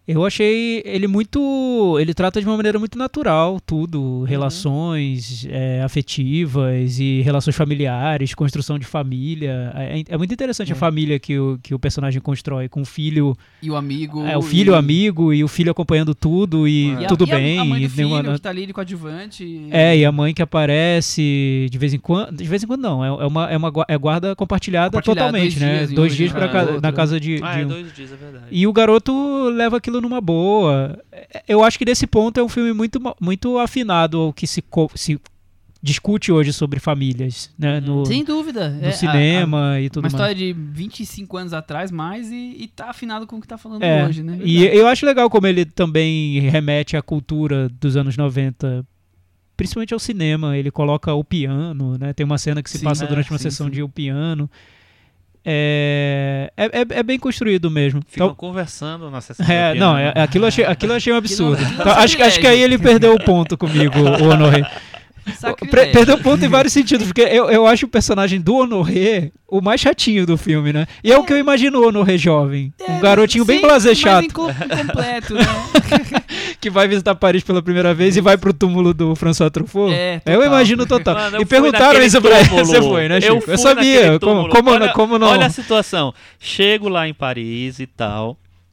Eu achei ele muito... Ele trata de uma maneira muito natural tudo. Relações é, afetivas e relações familiares, construção de família. É, é muito interessante É. a família que o, que o personagem constrói com o filho... E o amigo. É, o filho, e... o amigo e o filho acompanhando tudo e E a- tudo e a- bem. A mãe do e filho, nenhuma- que tá ali de coadjuvante. É, e a mãe que aparece de vez em quando. De vez em quando não, é, é uma, é uma gua- é guarda compartilhada, Compartilhada, totalmente, dois né? dias em Dois um, dias um pra na casa, outra. na casa de, Ah, de é um. dois dias, é verdade. E o garoto leva aquilo numa boa. Eu acho que nesse ponto é um filme muito, ma- muito afinado ao que se, co- se discute hoje sobre famílias, né? No, Sem dúvida. no É, a- cinema a- e tudo Uma mais. história de vinte e cinco anos atrás, mais, e, e tá afinado com o que tá falando É, hoje, né? e eu acho legal como ele também remete à cultura dos anos noventa, principalmente ao cinema. Ele coloca o piano, né? Tem uma cena que se Sim, passa é, durante uma sim, sessão sim. de o piano. É, é, é- é bem construído mesmo. Ficam Então, conversando na sessão é, do não, piano. é, aquilo, eu achei, aquilo eu achei um absurdo. Aquilo- aquilo é Então, acho, que- acho que aí ele perdeu o ponto comigo, o Honoré. Pre- Sacrilégio. Perdeu o ponto em vários sentidos, porque eu, eu acho o personagem do Honoré o mais chatinho do filme, né? E é, o que eu imagino o Honoré jovem. É, Um garotinho bem sim, blasé mas chato, inco- incompleto, né? que vai visitar Paris pela primeira vez e vai pro túmulo do François Truffaut. É, eu total. imagino total. Mano, eu e fui perguntaram naquele isso pra ele. túmulo. Você foi, né, Chico? Eu, Eu, fui sabia. naquele Como, túmulo. como, olha, como não? Olha a situação. Chego lá em Paris e tal.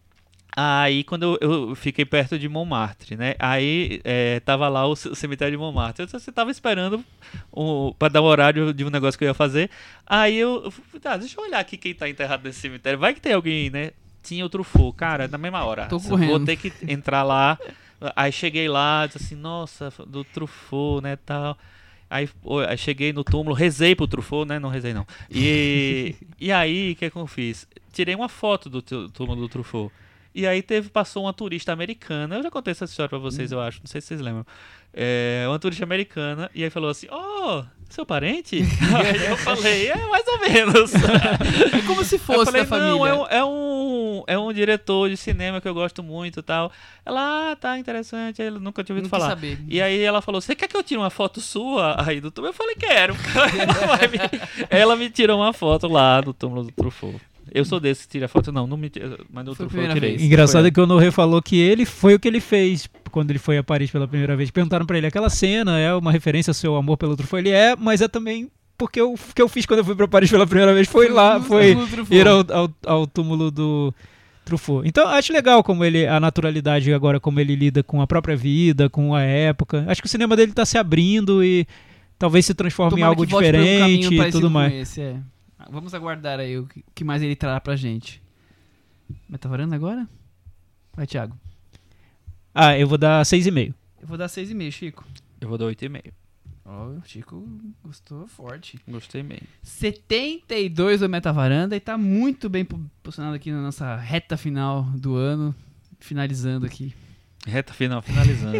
Aí, quando eu, eu fiquei perto de Montmartre, né? Aí, é, tava lá o c- o cemitério de Montmartre. Eu você tava esperando o, pra dar o horário de um negócio que eu ia fazer. Aí eu, eu fui, tá, deixa eu olhar aqui quem tá enterrado nesse cemitério. Vai que tem alguém, né? Tinha o Truffaut, cara, na mesma hora. Tô Vou correndo. ter que entrar lá. Aí cheguei lá, disse assim, nossa, do Truffaut, né, tal. Aí, pô, aí cheguei no túmulo, rezei pro Truffaut, né? Não rezei, não. E, e aí, o que, que eu fiz? Tirei uma foto do tu- túmulo do Truffaut. E aí teve, passou uma turista americana. Eu já contei essa história pra vocês, eu acho. Não sei se vocês lembram. É, uma turista americana. E aí falou assim, oh, seu parente? Aí eu falei, é, mais ou menos. É como se Eu fosse falei, da família. não, é um, é, um, é um diretor de cinema que eu gosto muito e tal. Ela, ah, tá interessante. Aí eu nunca tinha ouvido Não quis falar. saber. E aí ela falou, você quer que eu tire uma foto sua aí do túmulo? Eu falei, quero. Ela vai me- ela me tirou uma foto lá do túmulo do Truffaut. Eu sou desse que tira foto, não, não me tira, mas no Foi a Truffaut eu primeira tirei. vez. Engraçado Foi. é que o Honoré falou que ele foi o que ele fez quando ele foi a Paris pela primeira vez. Perguntaram pra ele, aquela cena é uma referência ao seu amor pelo Truffaut? Ele é, mas é também porque o que eu fiz quando eu fui pra Paris pela primeira vez foi lá, No- foi no Truffaut. ir ao, ao, ao túmulo do Truffaut. Então acho legal como ele, a naturalidade agora, como ele lida com a própria vida, com a época. Acho que o cinema dele tá se abrindo e talvez se transforme Tomara em algo que volte pra um caminho diferente e parecido tudo com mais. esse, é. Vamos aguardar aí o que, o que mais ele trará pra gente. Metavaranda agora? Vai, Thiago. Ah, eu vou dar seis e meio. Eu vou dar seis e meio, Chico. Eu vou dar oito e meio. Ó, o Chico gostou forte. Gostei meio. setenta e dois do Metavaranda e tá muito bem po- posicionado aqui na nossa reta final do ano. Finalizando aqui. Reta final, finalizando.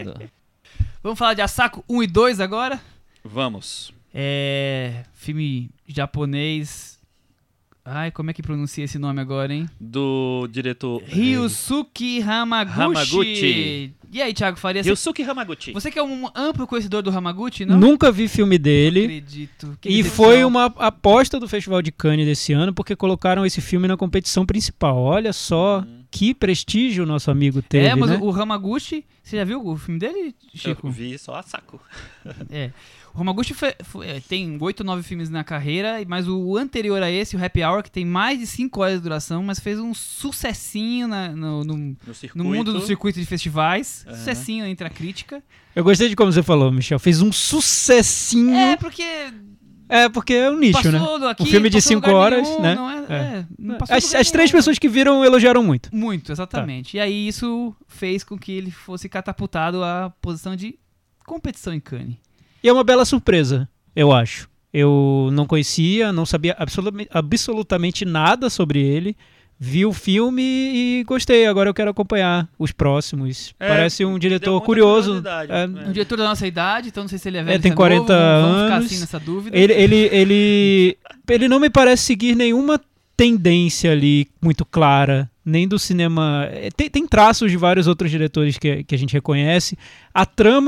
Vamos falar de Asako um e dois agora? Vamos. É. Filme japonês. Ai, como é que pronuncia esse nome agora, hein? Do diretor... Ryusuke Hamaguchi. Hamaguchi. E aí, Thiago Faria? Você, Ryusuke Hamaguchi. você que é um amplo conhecedor do Hamaguchi, não? Nunca vi filme Não dele. acredito. Que E decepção. foi uma aposta do Festival de Cannes desse ano, porque colocaram esse filme na competição principal. Olha só que prestígio o nosso amigo teve, É, mas né? o Hamaguchi... Você já viu o filme dele, Chico? Eu vi só a saco. É. O Hamaguchi foi- foi- é, tem oito, nove filmes na carreira, mas o anterior a esse, o Happy Hour, que tem mais de cinco horas de duração, mas fez um sucessinho na- no, no, No circuito. no mundo do circuito de festivais. Aham. Sucessinho entre a crítica. Eu gostei de como você falou, Michel. Fez um sucessinho. É, porque É, porque é um nicho, né? passou aqui, Um filme de passou em cinco lugar horas, nenhum, né? Não é, É. é, não passou em As, lugar as três nenhum. pessoas que viram elogiaram muito. Muito, exatamente. E aí isso fez com que ele fosse catapultado à posição de competição em Cannes. E é uma bela surpresa, eu acho. Eu não conhecia, não sabia absolutamente, absolutamente nada sobre ele. Vi o filme e gostei. Agora eu quero acompanhar os próximos. É, Parece um deu diretor muita curioso. curiosidade, É, né? Um diretor da nossa idade, então não sei se ele é velho, Ele tem se é novo, quarenta vamos- vamos ficar anos. assim nessa dúvida. Ele, ele, ele, ele não me parece seguir nenhuma tendência ali muito clara, nem do cinema. é, Tem, tem traços de vários outros diretores que, que a gente reconhece. A trama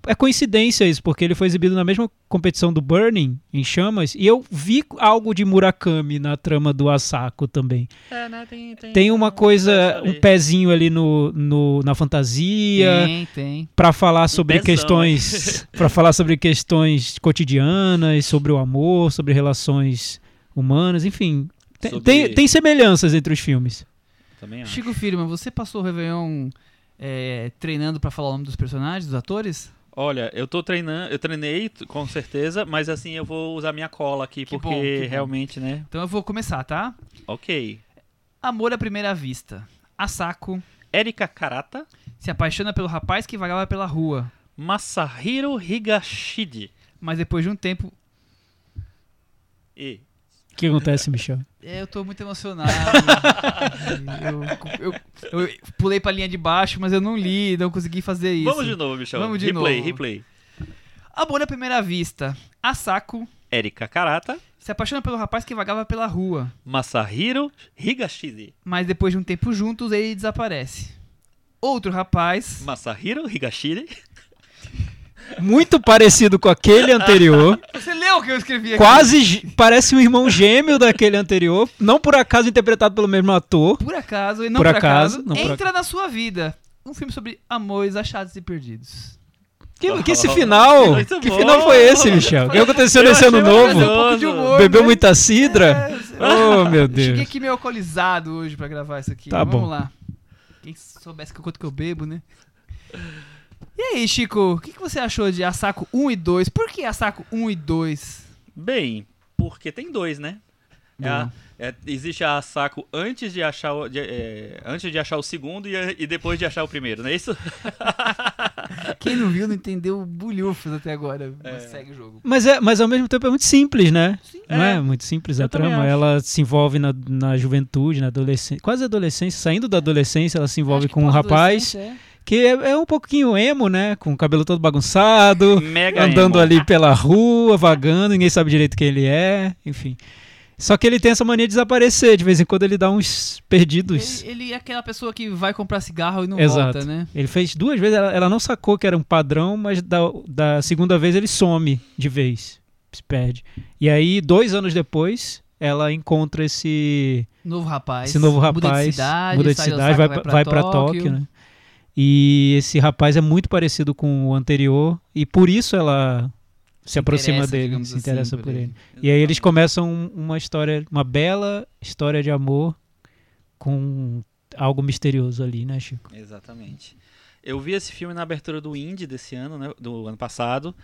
é coincidência isso, porque ele foi exibido na mesma competição do Burning, em Chamas, e eu vi algo de Murakami na trama do Asako também. É, né? Tem, tem, Tem uma um coisa, ali. um pezinho ali no, no, na fantasia, Tem, tem. para falar sobre pezão, questões, para falar sobre questões cotidianas, sobre o amor, sobre relações humanas, enfim. Tem, Sobre- tem, tem semelhanças entre os filmes. Também acho. Chico Firman, você passou o Réveillon é, treinando pra falar o nome dos personagens, dos atores? Olha, eu tô treinando, eu treinei t- com certeza, mas assim eu vou usar minha cola aqui, Que porque bom, que bom. realmente, né? Então eu vou começar, tá? Ok. Amor à primeira vista. Asako Erika Karata, se apaixona pelo rapaz que vagava pela rua, Masahiro Higashide mas depois de um tempo... e O que acontece, Michel? É, eu tô muito emocionado. eu, eu, eu pulei pra linha de baixo, mas eu não li, não consegui fazer isso. Vamos de novo, Michel. Vamos de replay, novo. replay. Amor à primeira vista. Asako Erika Karata, se apaixona pelo rapaz que vagava pela rua, Masahiro Higashide. mas depois de um tempo juntos ele desaparece. Outro rapaz... Masahiro Higashide. Muito parecido com aquele anterior. Você leu o que eu escrevi aqui? Quase gê- parece um irmão gêmeo daquele anterior. Não por acaso interpretado pelo mesmo ator. Por acaso, e não Por por, acaso, acaso, não por entra na sua vida. Um filme sobre amores achados e perdidos. Que, que esse final? Muito Que bom. final foi esse, Michel? O que aconteceu Eu nesse achei ano novo? Mas é um pouco de humor, Bebeu né? muita cidra? É, Oh, meu eu cheguei Deus. aqui meio alcoolizado hoje pra gravar isso aqui. Tá Vamos bom. lá. Quem soubesse que quanto que eu bebo, né? E aí, Chico, o que, que você achou de Asako um e dois? Por que Asako um e dois? Bem, porque tem dois, né? É a- é- existe a Asako antes de achar o, de, é, antes de achar o segundo e, e depois de achar o primeiro, não é isso? Quem não viu não entendeu bulhufos até agora. É. Mas segue o jogo. Mas, é, mas ao mesmo tempo é muito simples, né? Não é, É. muito simples a Eu também trama. acho. Ela se envolve na, na juventude, na adolescência, quase adolescência. Saindo da adolescência, ela se envolve Acho que com um rapaz pós-adolescência, é. que é, é um pouquinho emo, né? Com o cabelo todo bagunçado, Mega andando emo. ali pela rua, vagando, ninguém sabe direito quem ele é, enfim. Só que ele tem essa mania de desaparecer, de vez em quando ele dá uns perdidos. Ele, ele é aquela pessoa que vai comprar cigarro e não Exato. volta, né? Ele fez duas vezes, ela, ela não sacou que era um padrão, mas da, da segunda vez ele some de vez, se perde. E aí, dois anos depois, ela encontra esse, Novo rapaz. esse novo Muda de rapaz, cidade, muda de sai do cidade, Osaka, vai, pra- vai pra Tóquio, né? E esse rapaz é muito parecido com o anterior, e por isso ela se, aproxima interessa, dele, digamos se assim, interessa por por ele. ele. E aí eles começam um- uma história, uma bela história de amor com algo misterioso ali, né, Chico? Exatamente. Eu vi esse filme na abertura do Indie desse ano, né, do ano passado.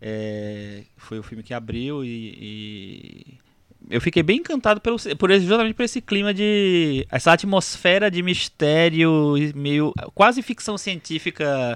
É, foi o filme que abriu e, e eu fiquei bem encantado pelo, por esse, justamente por esse clima de essa atmosfera de mistério e meio quase ficção científica,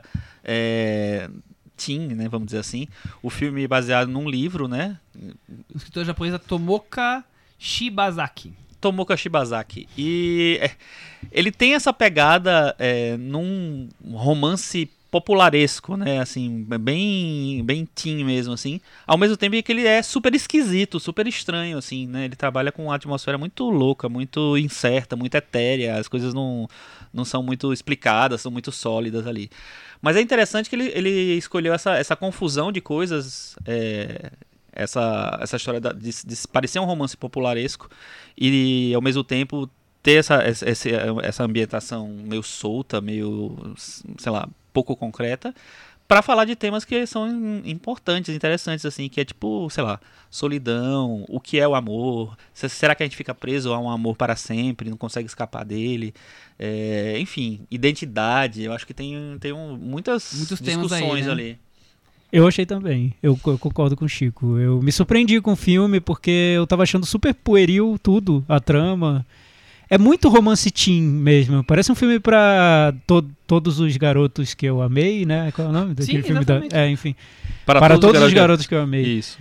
é, teen, né, vamos dizer assim. O filme é baseado num livro, né? O escritor japonês é Tomoka Shibazaki. Tomoka Shibazaki. E é, ele tem essa pegada é, num romance popularesco, né? Assim, bem, bem teen mesmo, assim. Ao mesmo tempo que ele é super esquisito, super estranho, assim, né? Ele trabalha com uma atmosfera muito louca, muito incerta, muito etérea. As coisas não, não são muito explicadas, são muito sólidas ali. Mas é interessante que ele, ele escolheu essa, essa confusão de coisas... É, essa, essa história da, de, de parecer um romance popularesco e ao mesmo tempo ter essa, essa, essa ambientação meio solta, meio, sei lá, pouco concreta, para falar de temas que são importantes, interessantes, assim, que é tipo, sei lá, solidão, o que é o amor, será que a gente fica preso a um amor para sempre, não consegue escapar dele, é, enfim, identidade, eu acho que tem, tem um, muitas Muitos temas aí, discussões né? ali. Eu achei também, eu, eu concordo com o Chico. Eu me surpreendi com o filme porque eu tava achando super pueril tudo, a trama. É muito romance teen mesmo, parece um filme pra to- todos os garotos que eu amei, né? Qual é o nome daquele Sim, filme? Da, exatamente. é, enfim, para, todos, os garotos que eu amei. Isso.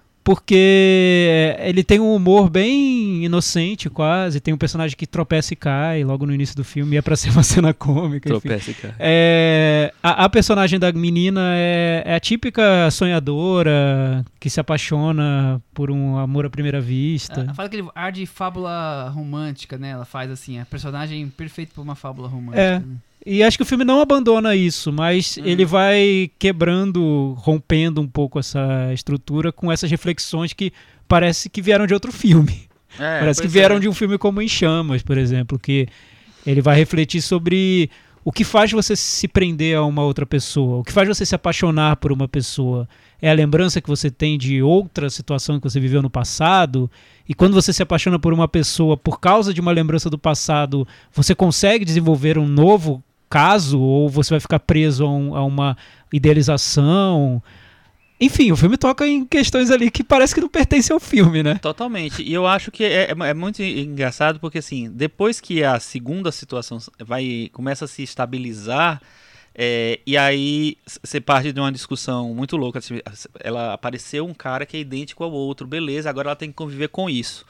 Porque ele tem um humor bem inocente quase, tem um personagem que tropeça e cai logo no início do filme, e é pra ser uma cena cômica, enfim. Tropeça, cara. É, a, a personagem da menina é, é a típica sonhadora que se apaixona por um amor à primeira vista. Ela faz aquele ar de fábula romântica, né? Ela faz assim, a personagem perfeita pra uma fábula romântica. É. Né? E acho que o filme não abandona isso, mas Uhum. ele vai quebrando, rompendo um pouco essa estrutura com essas reflexões que parece que vieram de outro filme. É, parece que pois vieram é. de um filme como Em Chamas, por exemplo, que ele vai refletir sobre o que faz você se prender a uma outra pessoa, o que faz você se apaixonar por uma pessoa. É a lembrança que você tem de outra situação que você viveu no passado, e quando você se apaixona por uma pessoa por causa de uma lembrança do passado, você consegue desenvolver um novo caso, ou você vai ficar preso a, um, a uma idealização. Enfim, o filme toca em questões ali que parece que não pertencem ao filme, né? Totalmente. E eu acho que é, é muito engraçado porque, assim, depois que a segunda situação vai, começa a se estabilizar, é, e aí você parte de uma discussão muito louca. Assim, ela apareceu um cara que é idêntico ao outro, beleza, agora ela tem que conviver com isso.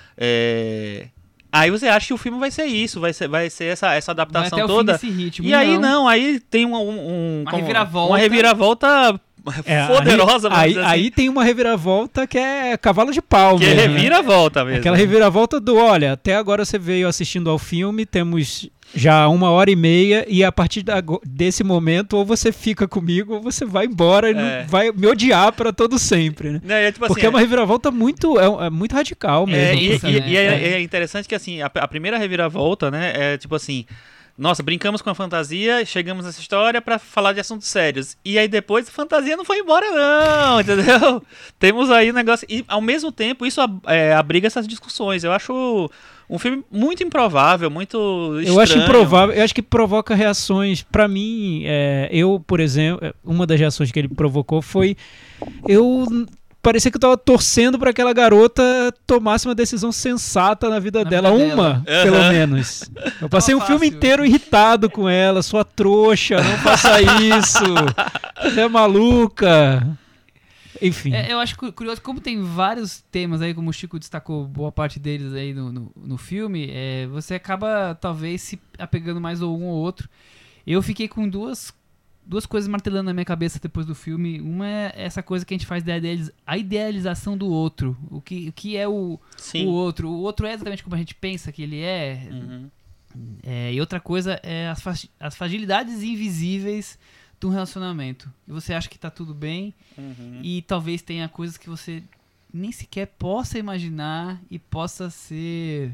É... Aí você acha que o filme vai ser isso, vai ser, vai ser essa, essa adaptação Vai até o toda. fim desse ritmo. E aí não, aí tem um, um, um- Uma como- reviravolta. uma reviravolta É, poderosa, vamos aí, dizer assim, aí tem uma reviravolta que é cavalo de pau que é mesmo, né? reviravolta mesmo. Aquela reviravolta do, olha, até agora você veio assistindo ao filme, temos já uma hora e meia, e a partir da- desse momento, ou você fica comigo, ou você vai embora e É. não- vai me odiar pra todo sempre, né? Né, é tipo Porque assim, é uma reviravolta muito, é, é muito radical mesmo. É, e, Isso, e- né? e é, É. é interessante que assim, a, a primeira reviravolta, né, é tipo assim, nossa, brincamos com a fantasia, chegamos nessa história pra falar de assuntos sérios. E aí depois a fantasia não foi embora não, entendeu? Temos aí um negócio... E ao mesmo tempo isso ab- é, abriga essas discussões. Eu acho um filme muito improvável, muito estranho. Eu acho improvável, eu acho que provoca reações. Pra mim, é, eu, por exemplo, uma das reações que ele provocou foi eu parecia que eu tava torcendo pra aquela garota tomasse uma decisão sensata na vida Na dela, vida uma, dela. pelo Aham. menos. Eu passei o Tava filme fácil. inteiro irritado com ela, sua trouxa, não faça isso. Você é maluca. Enfim. É, eu acho cu- curioso como tem vários temas aí, como o Chico destacou boa parte deles aí no, no, no filme, é, você acaba talvez se apegando mais a um ou outro. Eu fiquei com duas, duas coisas martelando na minha cabeça depois do filme. Uma é essa coisa que a gente faz da idealiz- a idealização do outro. O que, o que é o, Sim. o outro? O outro é exatamente como a gente pensa que ele é. Uhum. É, e outra coisa é as, fa- as fragilidades invisíveis de um relacionamento. E você acha que tá tudo bem, Uhum. e talvez tenha coisas que você nem sequer possa imaginar e possa ser.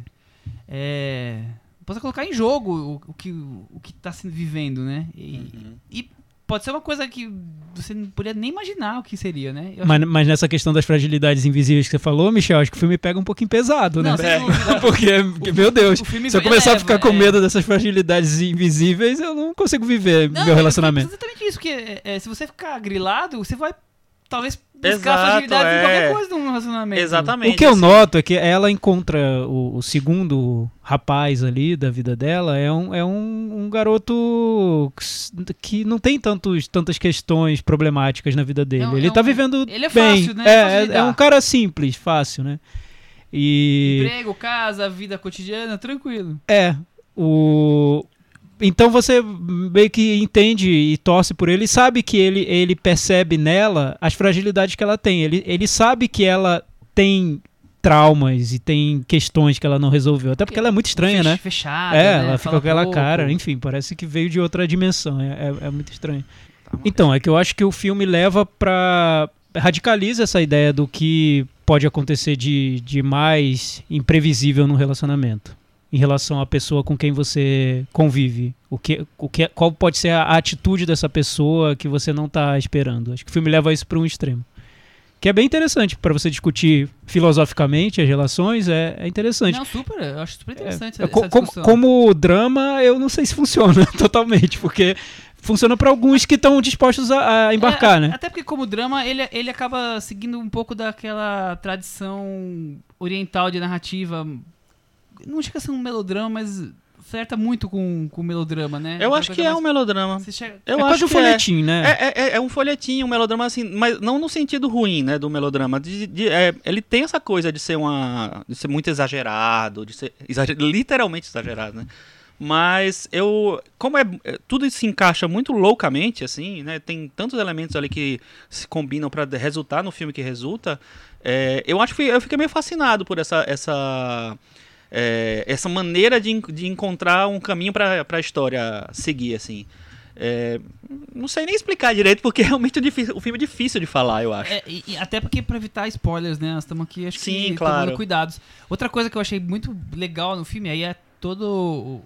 É, possa colocar em jogo o, o que o que está sendo vivendo, né? E, Uhum. e pode ser uma coisa que você não poderia nem imaginar o que seria, né? Eu acho- Mas, mas nessa questão das fragilidades invisíveis que você falou, Michel, acho que o filme pega um pouquinho pesado, né? Não, sem É. dúvida. Porque, porque, meu Deus, O filme se eu começar a eleva, ficar com é. medo dessas fragilidades invisíveis, eu não consigo viver Não, meu é relacionamento. exatamente isso, porque é, é, se você ficar grilado, você vai talvez buscar Exato, fragilidades em é. qualquer coisa num relacionamento. Exatamente. O que eu assim. noto é que ela encontra o, o segundo rapaz ali da vida dela, é um, é um, um garoto que s- que não tem tantos, tantas questões problemáticas na vida dele. É um- ele é tá um- vivendo ele é bem. fácil, né? É, É fácil de é, é lidar. um cara simples, fácil, né? E Emprego, casa, vida cotidiana, tranquilo. é o então você meio que entende e torce por ele e sabe que ele, ele percebe nela as fragilidades que ela tem. Ele, ele sabe que ela tem traumas e tem questões que ela não resolveu. Até porque ela é muito estranha, Fech- né? Fechada, É, né? ela fica Fala com aquela pouco. cara, enfim, parece que veio de outra dimensão. É, é- é muito estranho. Então, é que eu acho que o filme leva pra. Radicaliza essa ideia do que pode acontecer de, de mais imprevisível no relacionamento. Em relação à pessoa com quem você convive. O que, o que, qual pode ser a, a atitude dessa pessoa que você não está esperando. Acho que o filme leva isso para um extremo. Que é bem interessante para você discutir filosoficamente as relações, é, é interessante. Não, super, eu acho super interessante É, essa, co- essa como, discussão. como drama, eu não sei se funciona totalmente, porque funciona para alguns que estão dispostos a, a embarcar, É, né? Até porque como drama, ele, ele acaba seguindo um pouco daquela tradição oriental de narrativa. Não chega a ser um melodrama, mas flerta muito com, com melodrama, né? Eu Aquela acho que coisa é mais- um melodrama. Você chega... Eu é acho quase um que é. folhetim, né? É, é, é um folhetinho, um melodrama assim, mas não no sentido ruim, né, do melodrama. De, de- é, ele tem essa coisa de ser uma, de ser muito exagerado, de ser exager- literalmente exagerado, né? Mas eu, como é, é, tudo isso se encaixa muito loucamente, assim, né? Tem tantos elementos ali que se combinam para resultar no filme que resulta. É, eu acho que eu fiquei meio fascinado por essa, essa é, essa maneira de, de encontrar um caminho para a história seguir, assim. É, não sei nem explicar direito, porque é realmente o, difícil, o filme é difícil de falar, eu acho. É, e, e até porque pra evitar spoilers, né? Nós estamos aqui, acho Sim, que claro. tomando cuidados. Outra coisa que eu achei muito legal no filme aí é todo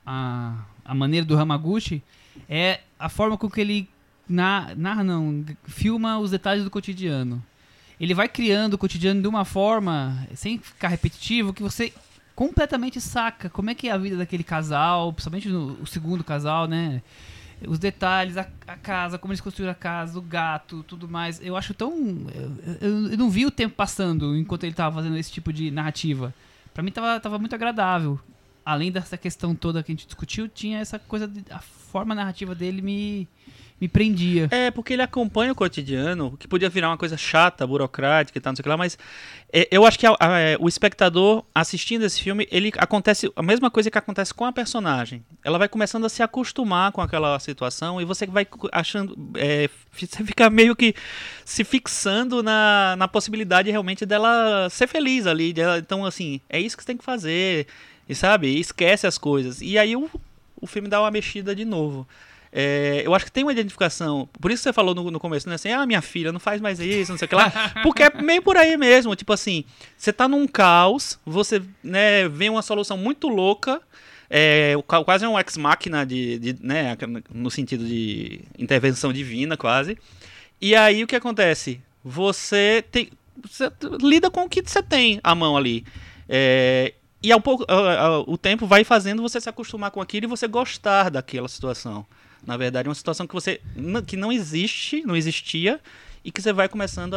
a, a maneira do Hamaguchi, é a forma com que ele na, narra, não, filma os detalhes do cotidiano. Ele vai criando o cotidiano de uma forma, sem ficar repetitivo, que você completamente saca como é que é a vida daquele casal, principalmente no o segundo casal, né? Os detalhes, a, a casa, como eles construíram a casa, o gato, tudo mais. Eu acho tão... Eu, eu, eu não vi o tempo passando enquanto ele estava fazendo esse tipo de narrativa. Pra mim tava, tava muito agradável. Além dessa questão toda que a gente discutiu, tinha essa coisa... De, a forma narrativa dele me, me prendia. É, porque ele acompanha o cotidiano, que podia virar uma coisa chata, burocrática e tal, não sei o que lá, mas é, eu acho que a, a, o espectador assistindo esse filme, ele acontece a mesma coisa que acontece com a personagem. Ela vai começando a se acostumar com aquela situação e você vai achando, é, você fica meio que se fixando na, na possibilidade realmente dela ser feliz ali. Dela, então, assim, é isso que você tem que fazer, e sabe? E esquece as coisas. E aí o, o filme dá uma mexida de novo. É, eu acho que tem uma identificação. Por isso que você falou no, no começo, né? Assim, ah, minha filha, não faz mais isso, não sei o que lá. Porque é meio por aí mesmo. Tipo assim, você tá num caos, você, né, vê uma solução muito louca. É, quase um ex-máquina de, de, né, no sentido de intervenção divina, quase. E aí o que acontece? Você, tem, você lida com o que você tem à mão ali. É, e ao pouco, ao, ao, o tempo vai fazendo você se acostumar com aquilo e você gostar daquela situação. Na verdade, é uma situação que você que não existe, não existia, e que você vai começando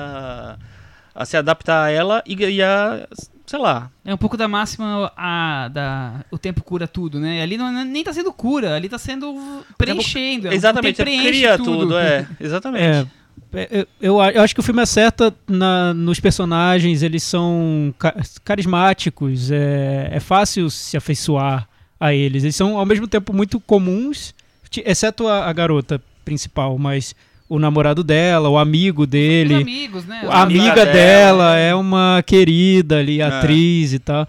a, a, a se adaptar a ela e, e a, sei lá. É um pouco da máxima, a, da, o tempo cura tudo, né? Ali não, nem tá sendo cura, ali tá sendo preenchendo. Tempo, exatamente, o tempo cria tudo. tudo, é, exatamente. É, eu, eu, eu acho que o filme acerta na, nos personagens, eles são ca- carismáticos, é, é fácil se afeiçoar a eles. Eles são, ao mesmo tempo, muito comuns, exceto a, a garota principal, mas o namorado dela, o amigo dele, Os amigos, né? a amiga dela, dela né? é uma querida ali, É. atriz e tal.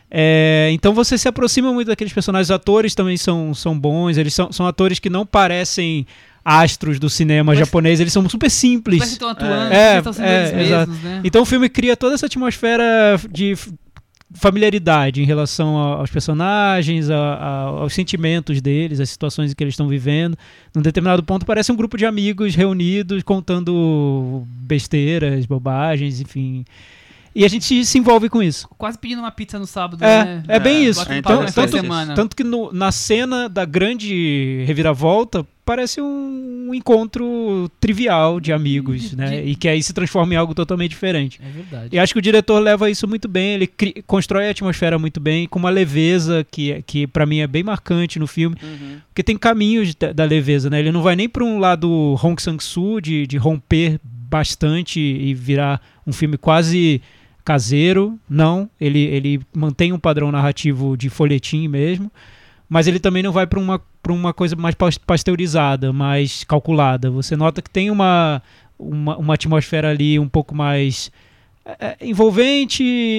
É, então você se aproxima muito daqueles personagens. Os atores também são, são bons, eles são, são atores que não parecem astros do cinema Mas- japonês, eles são super simples. Parece que estão atuando, É, eles estão sendo é, eles exato. mesmos, né? Então o filme cria toda essa atmosfera de f- familiaridade em relação a- aos personagens, a- a- aos sentimentos deles, as situações em que eles estão vivendo. Num determinado ponto parece um grupo de amigos reunidos contando besteiras, bobagens, enfim. E a gente se envolve com isso. Quase pedindo uma pizza no sábado, É, né? é bem É, isso. Bota um é papo Tanto, nessa interessante tanto, semana. tanto que no- na cena da grande reviravolta parece um encontro trivial de amigos, né? De- E que aí se transforma em algo totalmente diferente. É verdade. E acho que o diretor leva isso muito bem, ele cri- constrói a atmosfera muito bem, com uma leveza que, que para mim é bem marcante no filme, Uhum. porque tem caminhos da, da leveza, né? Ele não vai nem para um lado Hong Sang-soo, de, de romper bastante e virar um filme quase caseiro, não. Ele, ele mantém um padrão narrativo de folhetim mesmo, mas ele também não vai para uma, para uma coisa mais pas- pasteurizada, mais calculada. Você nota que tem uma, uma, uma atmosfera ali um pouco mais é, envolvente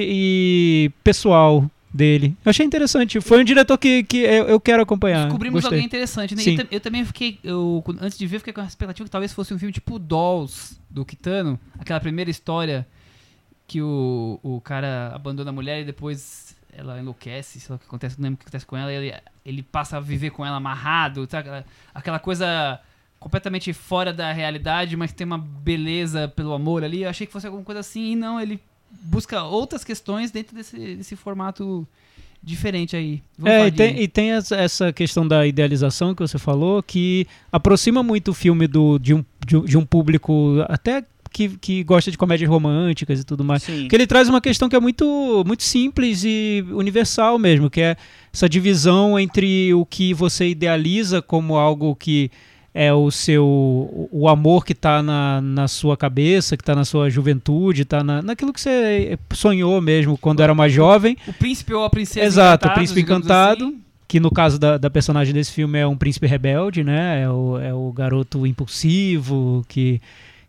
e pessoal dele. Eu achei interessante. Foi um diretor que, que eu, eu quero acompanhar. Descobrimos Gostei. alguém interessante, né? Sim. Eu, tam- eu também fiquei, eu, quando- antes de ver, fiquei com a expectativa que talvez fosse um filme tipo Dolls, do Kitano, aquela primeira história que o, o cara abandona a mulher e depois ela enlouquece, sei lá o que acontece, não lembro o que acontece com ela, e ele, ele passa a viver com ela amarrado, sabe? Aquela, aquela coisa completamente fora da realidade, mas tem uma beleza pelo amor ali. Eu achei que fosse alguma coisa assim, e não, ele busca outras questões dentro desse, desse formato diferente aí. Vamos É, falar e de- tem, e tem essa- essa questão da idealização que você falou, que aproxima muito o filme do, de, um, de, um- de um público até que, que gosta de comédias românticas e tudo mais. Sim. Porque ele traz uma questão que é muito, muito simples e universal mesmo, que é essa divisão entre o que você idealiza como algo que é o seu o, o amor que está na, na sua cabeça, que está na sua juventude, está na, naquilo que você sonhou mesmo quando era mais jovem. O príncipe ou a princesa Exato, o encantados, príncipe digamos encantado, assim. que no caso da, da personagem desse filme é um príncipe rebelde, né? É o, é o garoto impulsivo que,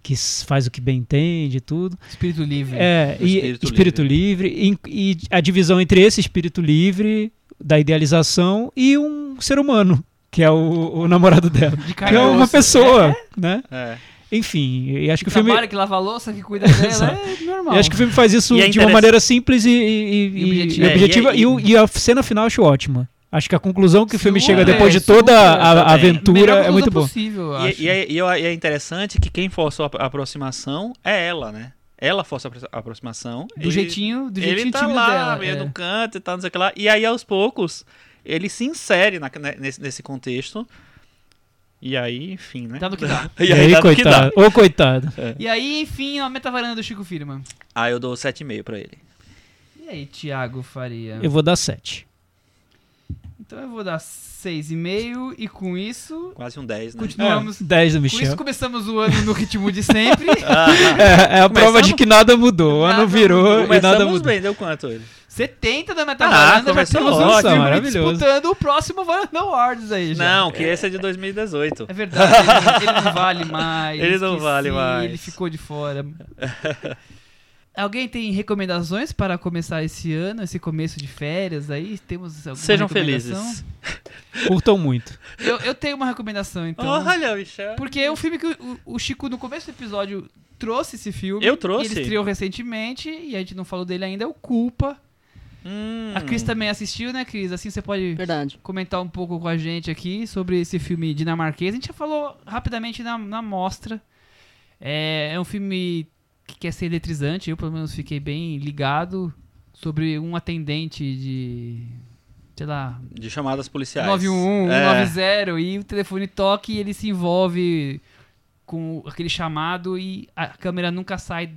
que s- faz o que bem entende e tudo. Espírito livre. É, O e espírito espírito livre, e, e a divisão entre esse espírito livre, da idealização, e um ser humano, que é o, o namorado dela. De Que carne é e uma osso. pessoa, né? É. Enfim, e acho que Que o filme... trabalha, que lava a louça, que cuida dela, Exato. é normal. Eu acho que o filme faz isso E é de uma interessa- maneira simples e, e- e- E objetiva. e objetiva. É, e E, é- o- e a cena final eu acho ótima. Acho que a conclusão que o filme Super, chega depois de super, toda a, a também. aventura Melhor é conclusão muito boa. possível, eu E, acho. e é, e é- e é interessante que quem forçou a a aproximação é ela, né? Ela força a apro- a aproximação. Do ele- jeitinho, do jeitinho Ele tá tímido lá, dela. meio é. no canto e tal, não sei o que lá. E aí, aos poucos, ele se insere na- né, nesse, nesse contexto. E aí, enfim, né? Dá no que dá. E E aí, dá no que dá. coitado. Ô, coitado. E aí, enfim, a metavaranda do Chico Firman. Ah, eu dou sete e meio pra ele. E aí, Thiago Faria? Eu vou dar sete. Então eu vou dar seis e meio e com isso Quase um dez, né? continuamos. É, dez do Com isso Michel. começamos o ano no ritmo de sempre. É, é a prova de que nada mudou. O ano Nada virou mudou. e nada Começamos mudou. bem, deu quanto ele? setenta da Ah, metavaranda, já começou temos um ótimo, filme maravilhoso. disputando o próximo Varanda Awards aí já. Não, que esse é de dois mil e dezoito. É verdade, ele, ele não vale mais. Ele não esqueci, vale mais. Ele ficou de fora. Alguém tem recomendações para começar esse ano, esse começo de férias aí? Temos alguma Sejam recomendação? felizes. Curtam muito. Eu, eu tenho uma recomendação, então. Olha, Michel. Porque é um filme que o, o Chico, no começo do episódio, trouxe esse filme. Eu trouxe? Ele estreou recentemente e a gente não falou dele ainda, é o Culpa. Hum. A Cris também assistiu, né, Cris? Assim você pode Verdade. comentar um pouco com a gente aqui sobre esse filme dinamarquês. A gente já falou rapidamente na, na mostra. É, é um filme que quer ser eletrizante. Eu, pelo menos, fiquei bem ligado sobre um atendente de, sei lá, De chamadas policiais. nove um um, É. nove zero e o telefone toca e ele se envolve com aquele chamado e a câmera nunca sai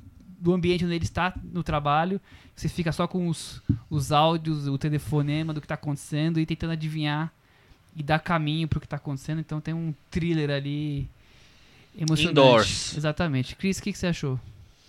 do ambiente onde ele está no trabalho. Você fica só com os, os áudios, o telefonema do que está acontecendo e tentando adivinhar e dar caminho para o que está acontecendo. Então tem um thriller ali emocionante. Indoors. Exatamente. Cris, o que, que você achou?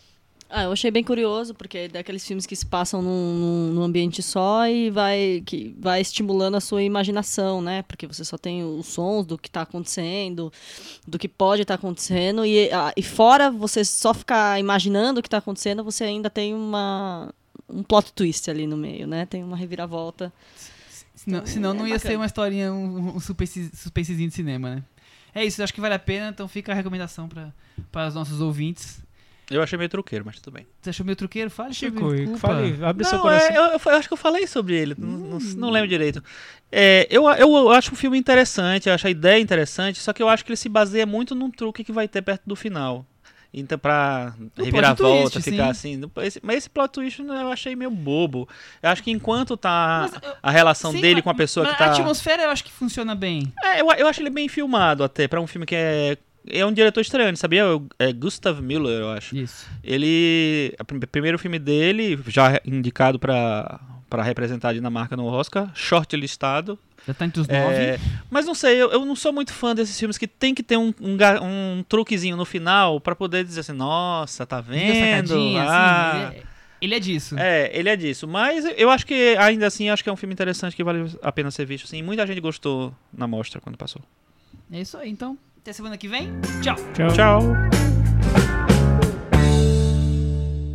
Ah, eu achei bem curioso, porque é daqueles filmes que se passam num, num, num ambiente só e vai, que vai estimulando a sua imaginação, né? Porque você só tem os sons do que está acontecendo, do que pode estar acontecendo, e, ah, e fora você só ficar imaginando o que está acontecendo, você ainda tem uma, um plot twist ali no meio, né? Tem uma reviravolta. Senão, senão não é ia bacana. ser uma historinha, um, um suspense, suspensezinho de cinema, né? É isso, eu acho que vale a pena, então fica a recomendação para os nossos ouvintes. Eu achei meio truqueiro, mas tudo bem. Você achou meio truqueiro? Fale Chico, sobre e Culpa. fale, abre seu Não, coração. é, eu, eu, eu acho que eu falei sobre ele, não, não, não lembro direito. É, eu, eu acho o filme interessante, eu acho a ideia interessante, só que eu acho que ele se baseia muito num truque que vai ter perto do final. Então, pra No revirar a plot twist, volta, ficar sim. assim. Esse, mas esse plot twist eu achei meio bobo. Eu acho que enquanto tá Mas eu- a relação Sim, dele mas- com a pessoa mas que tá. A atmosfera eu acho que funciona bem. É, eu, eu acho ele bem filmado até, pra um filme que é. É um diretor estranho, sabia? É Gustav Müller, eu acho. Isso. Ele. O prim- primeiro filme dele, já indicado pra, pra representar a Dinamarca no Oscar, shortlistado. Já tá entre os nove. É, mas não sei, eu, eu não sou muito fã desses filmes que tem que ter um, um, ga- um truquezinho no final pra poder dizer assim, nossa, tá Viu a vendo? sacadinha, Ah. assim, ele, é, ele é disso. É, ele é disso. Mas eu acho que, ainda assim, acho que é um filme interessante que vale a pena ser visto. Assim, muita gente gostou na mostra quando passou. É isso aí, então. Até semana que vem. Tchau. Tchau. Tchau!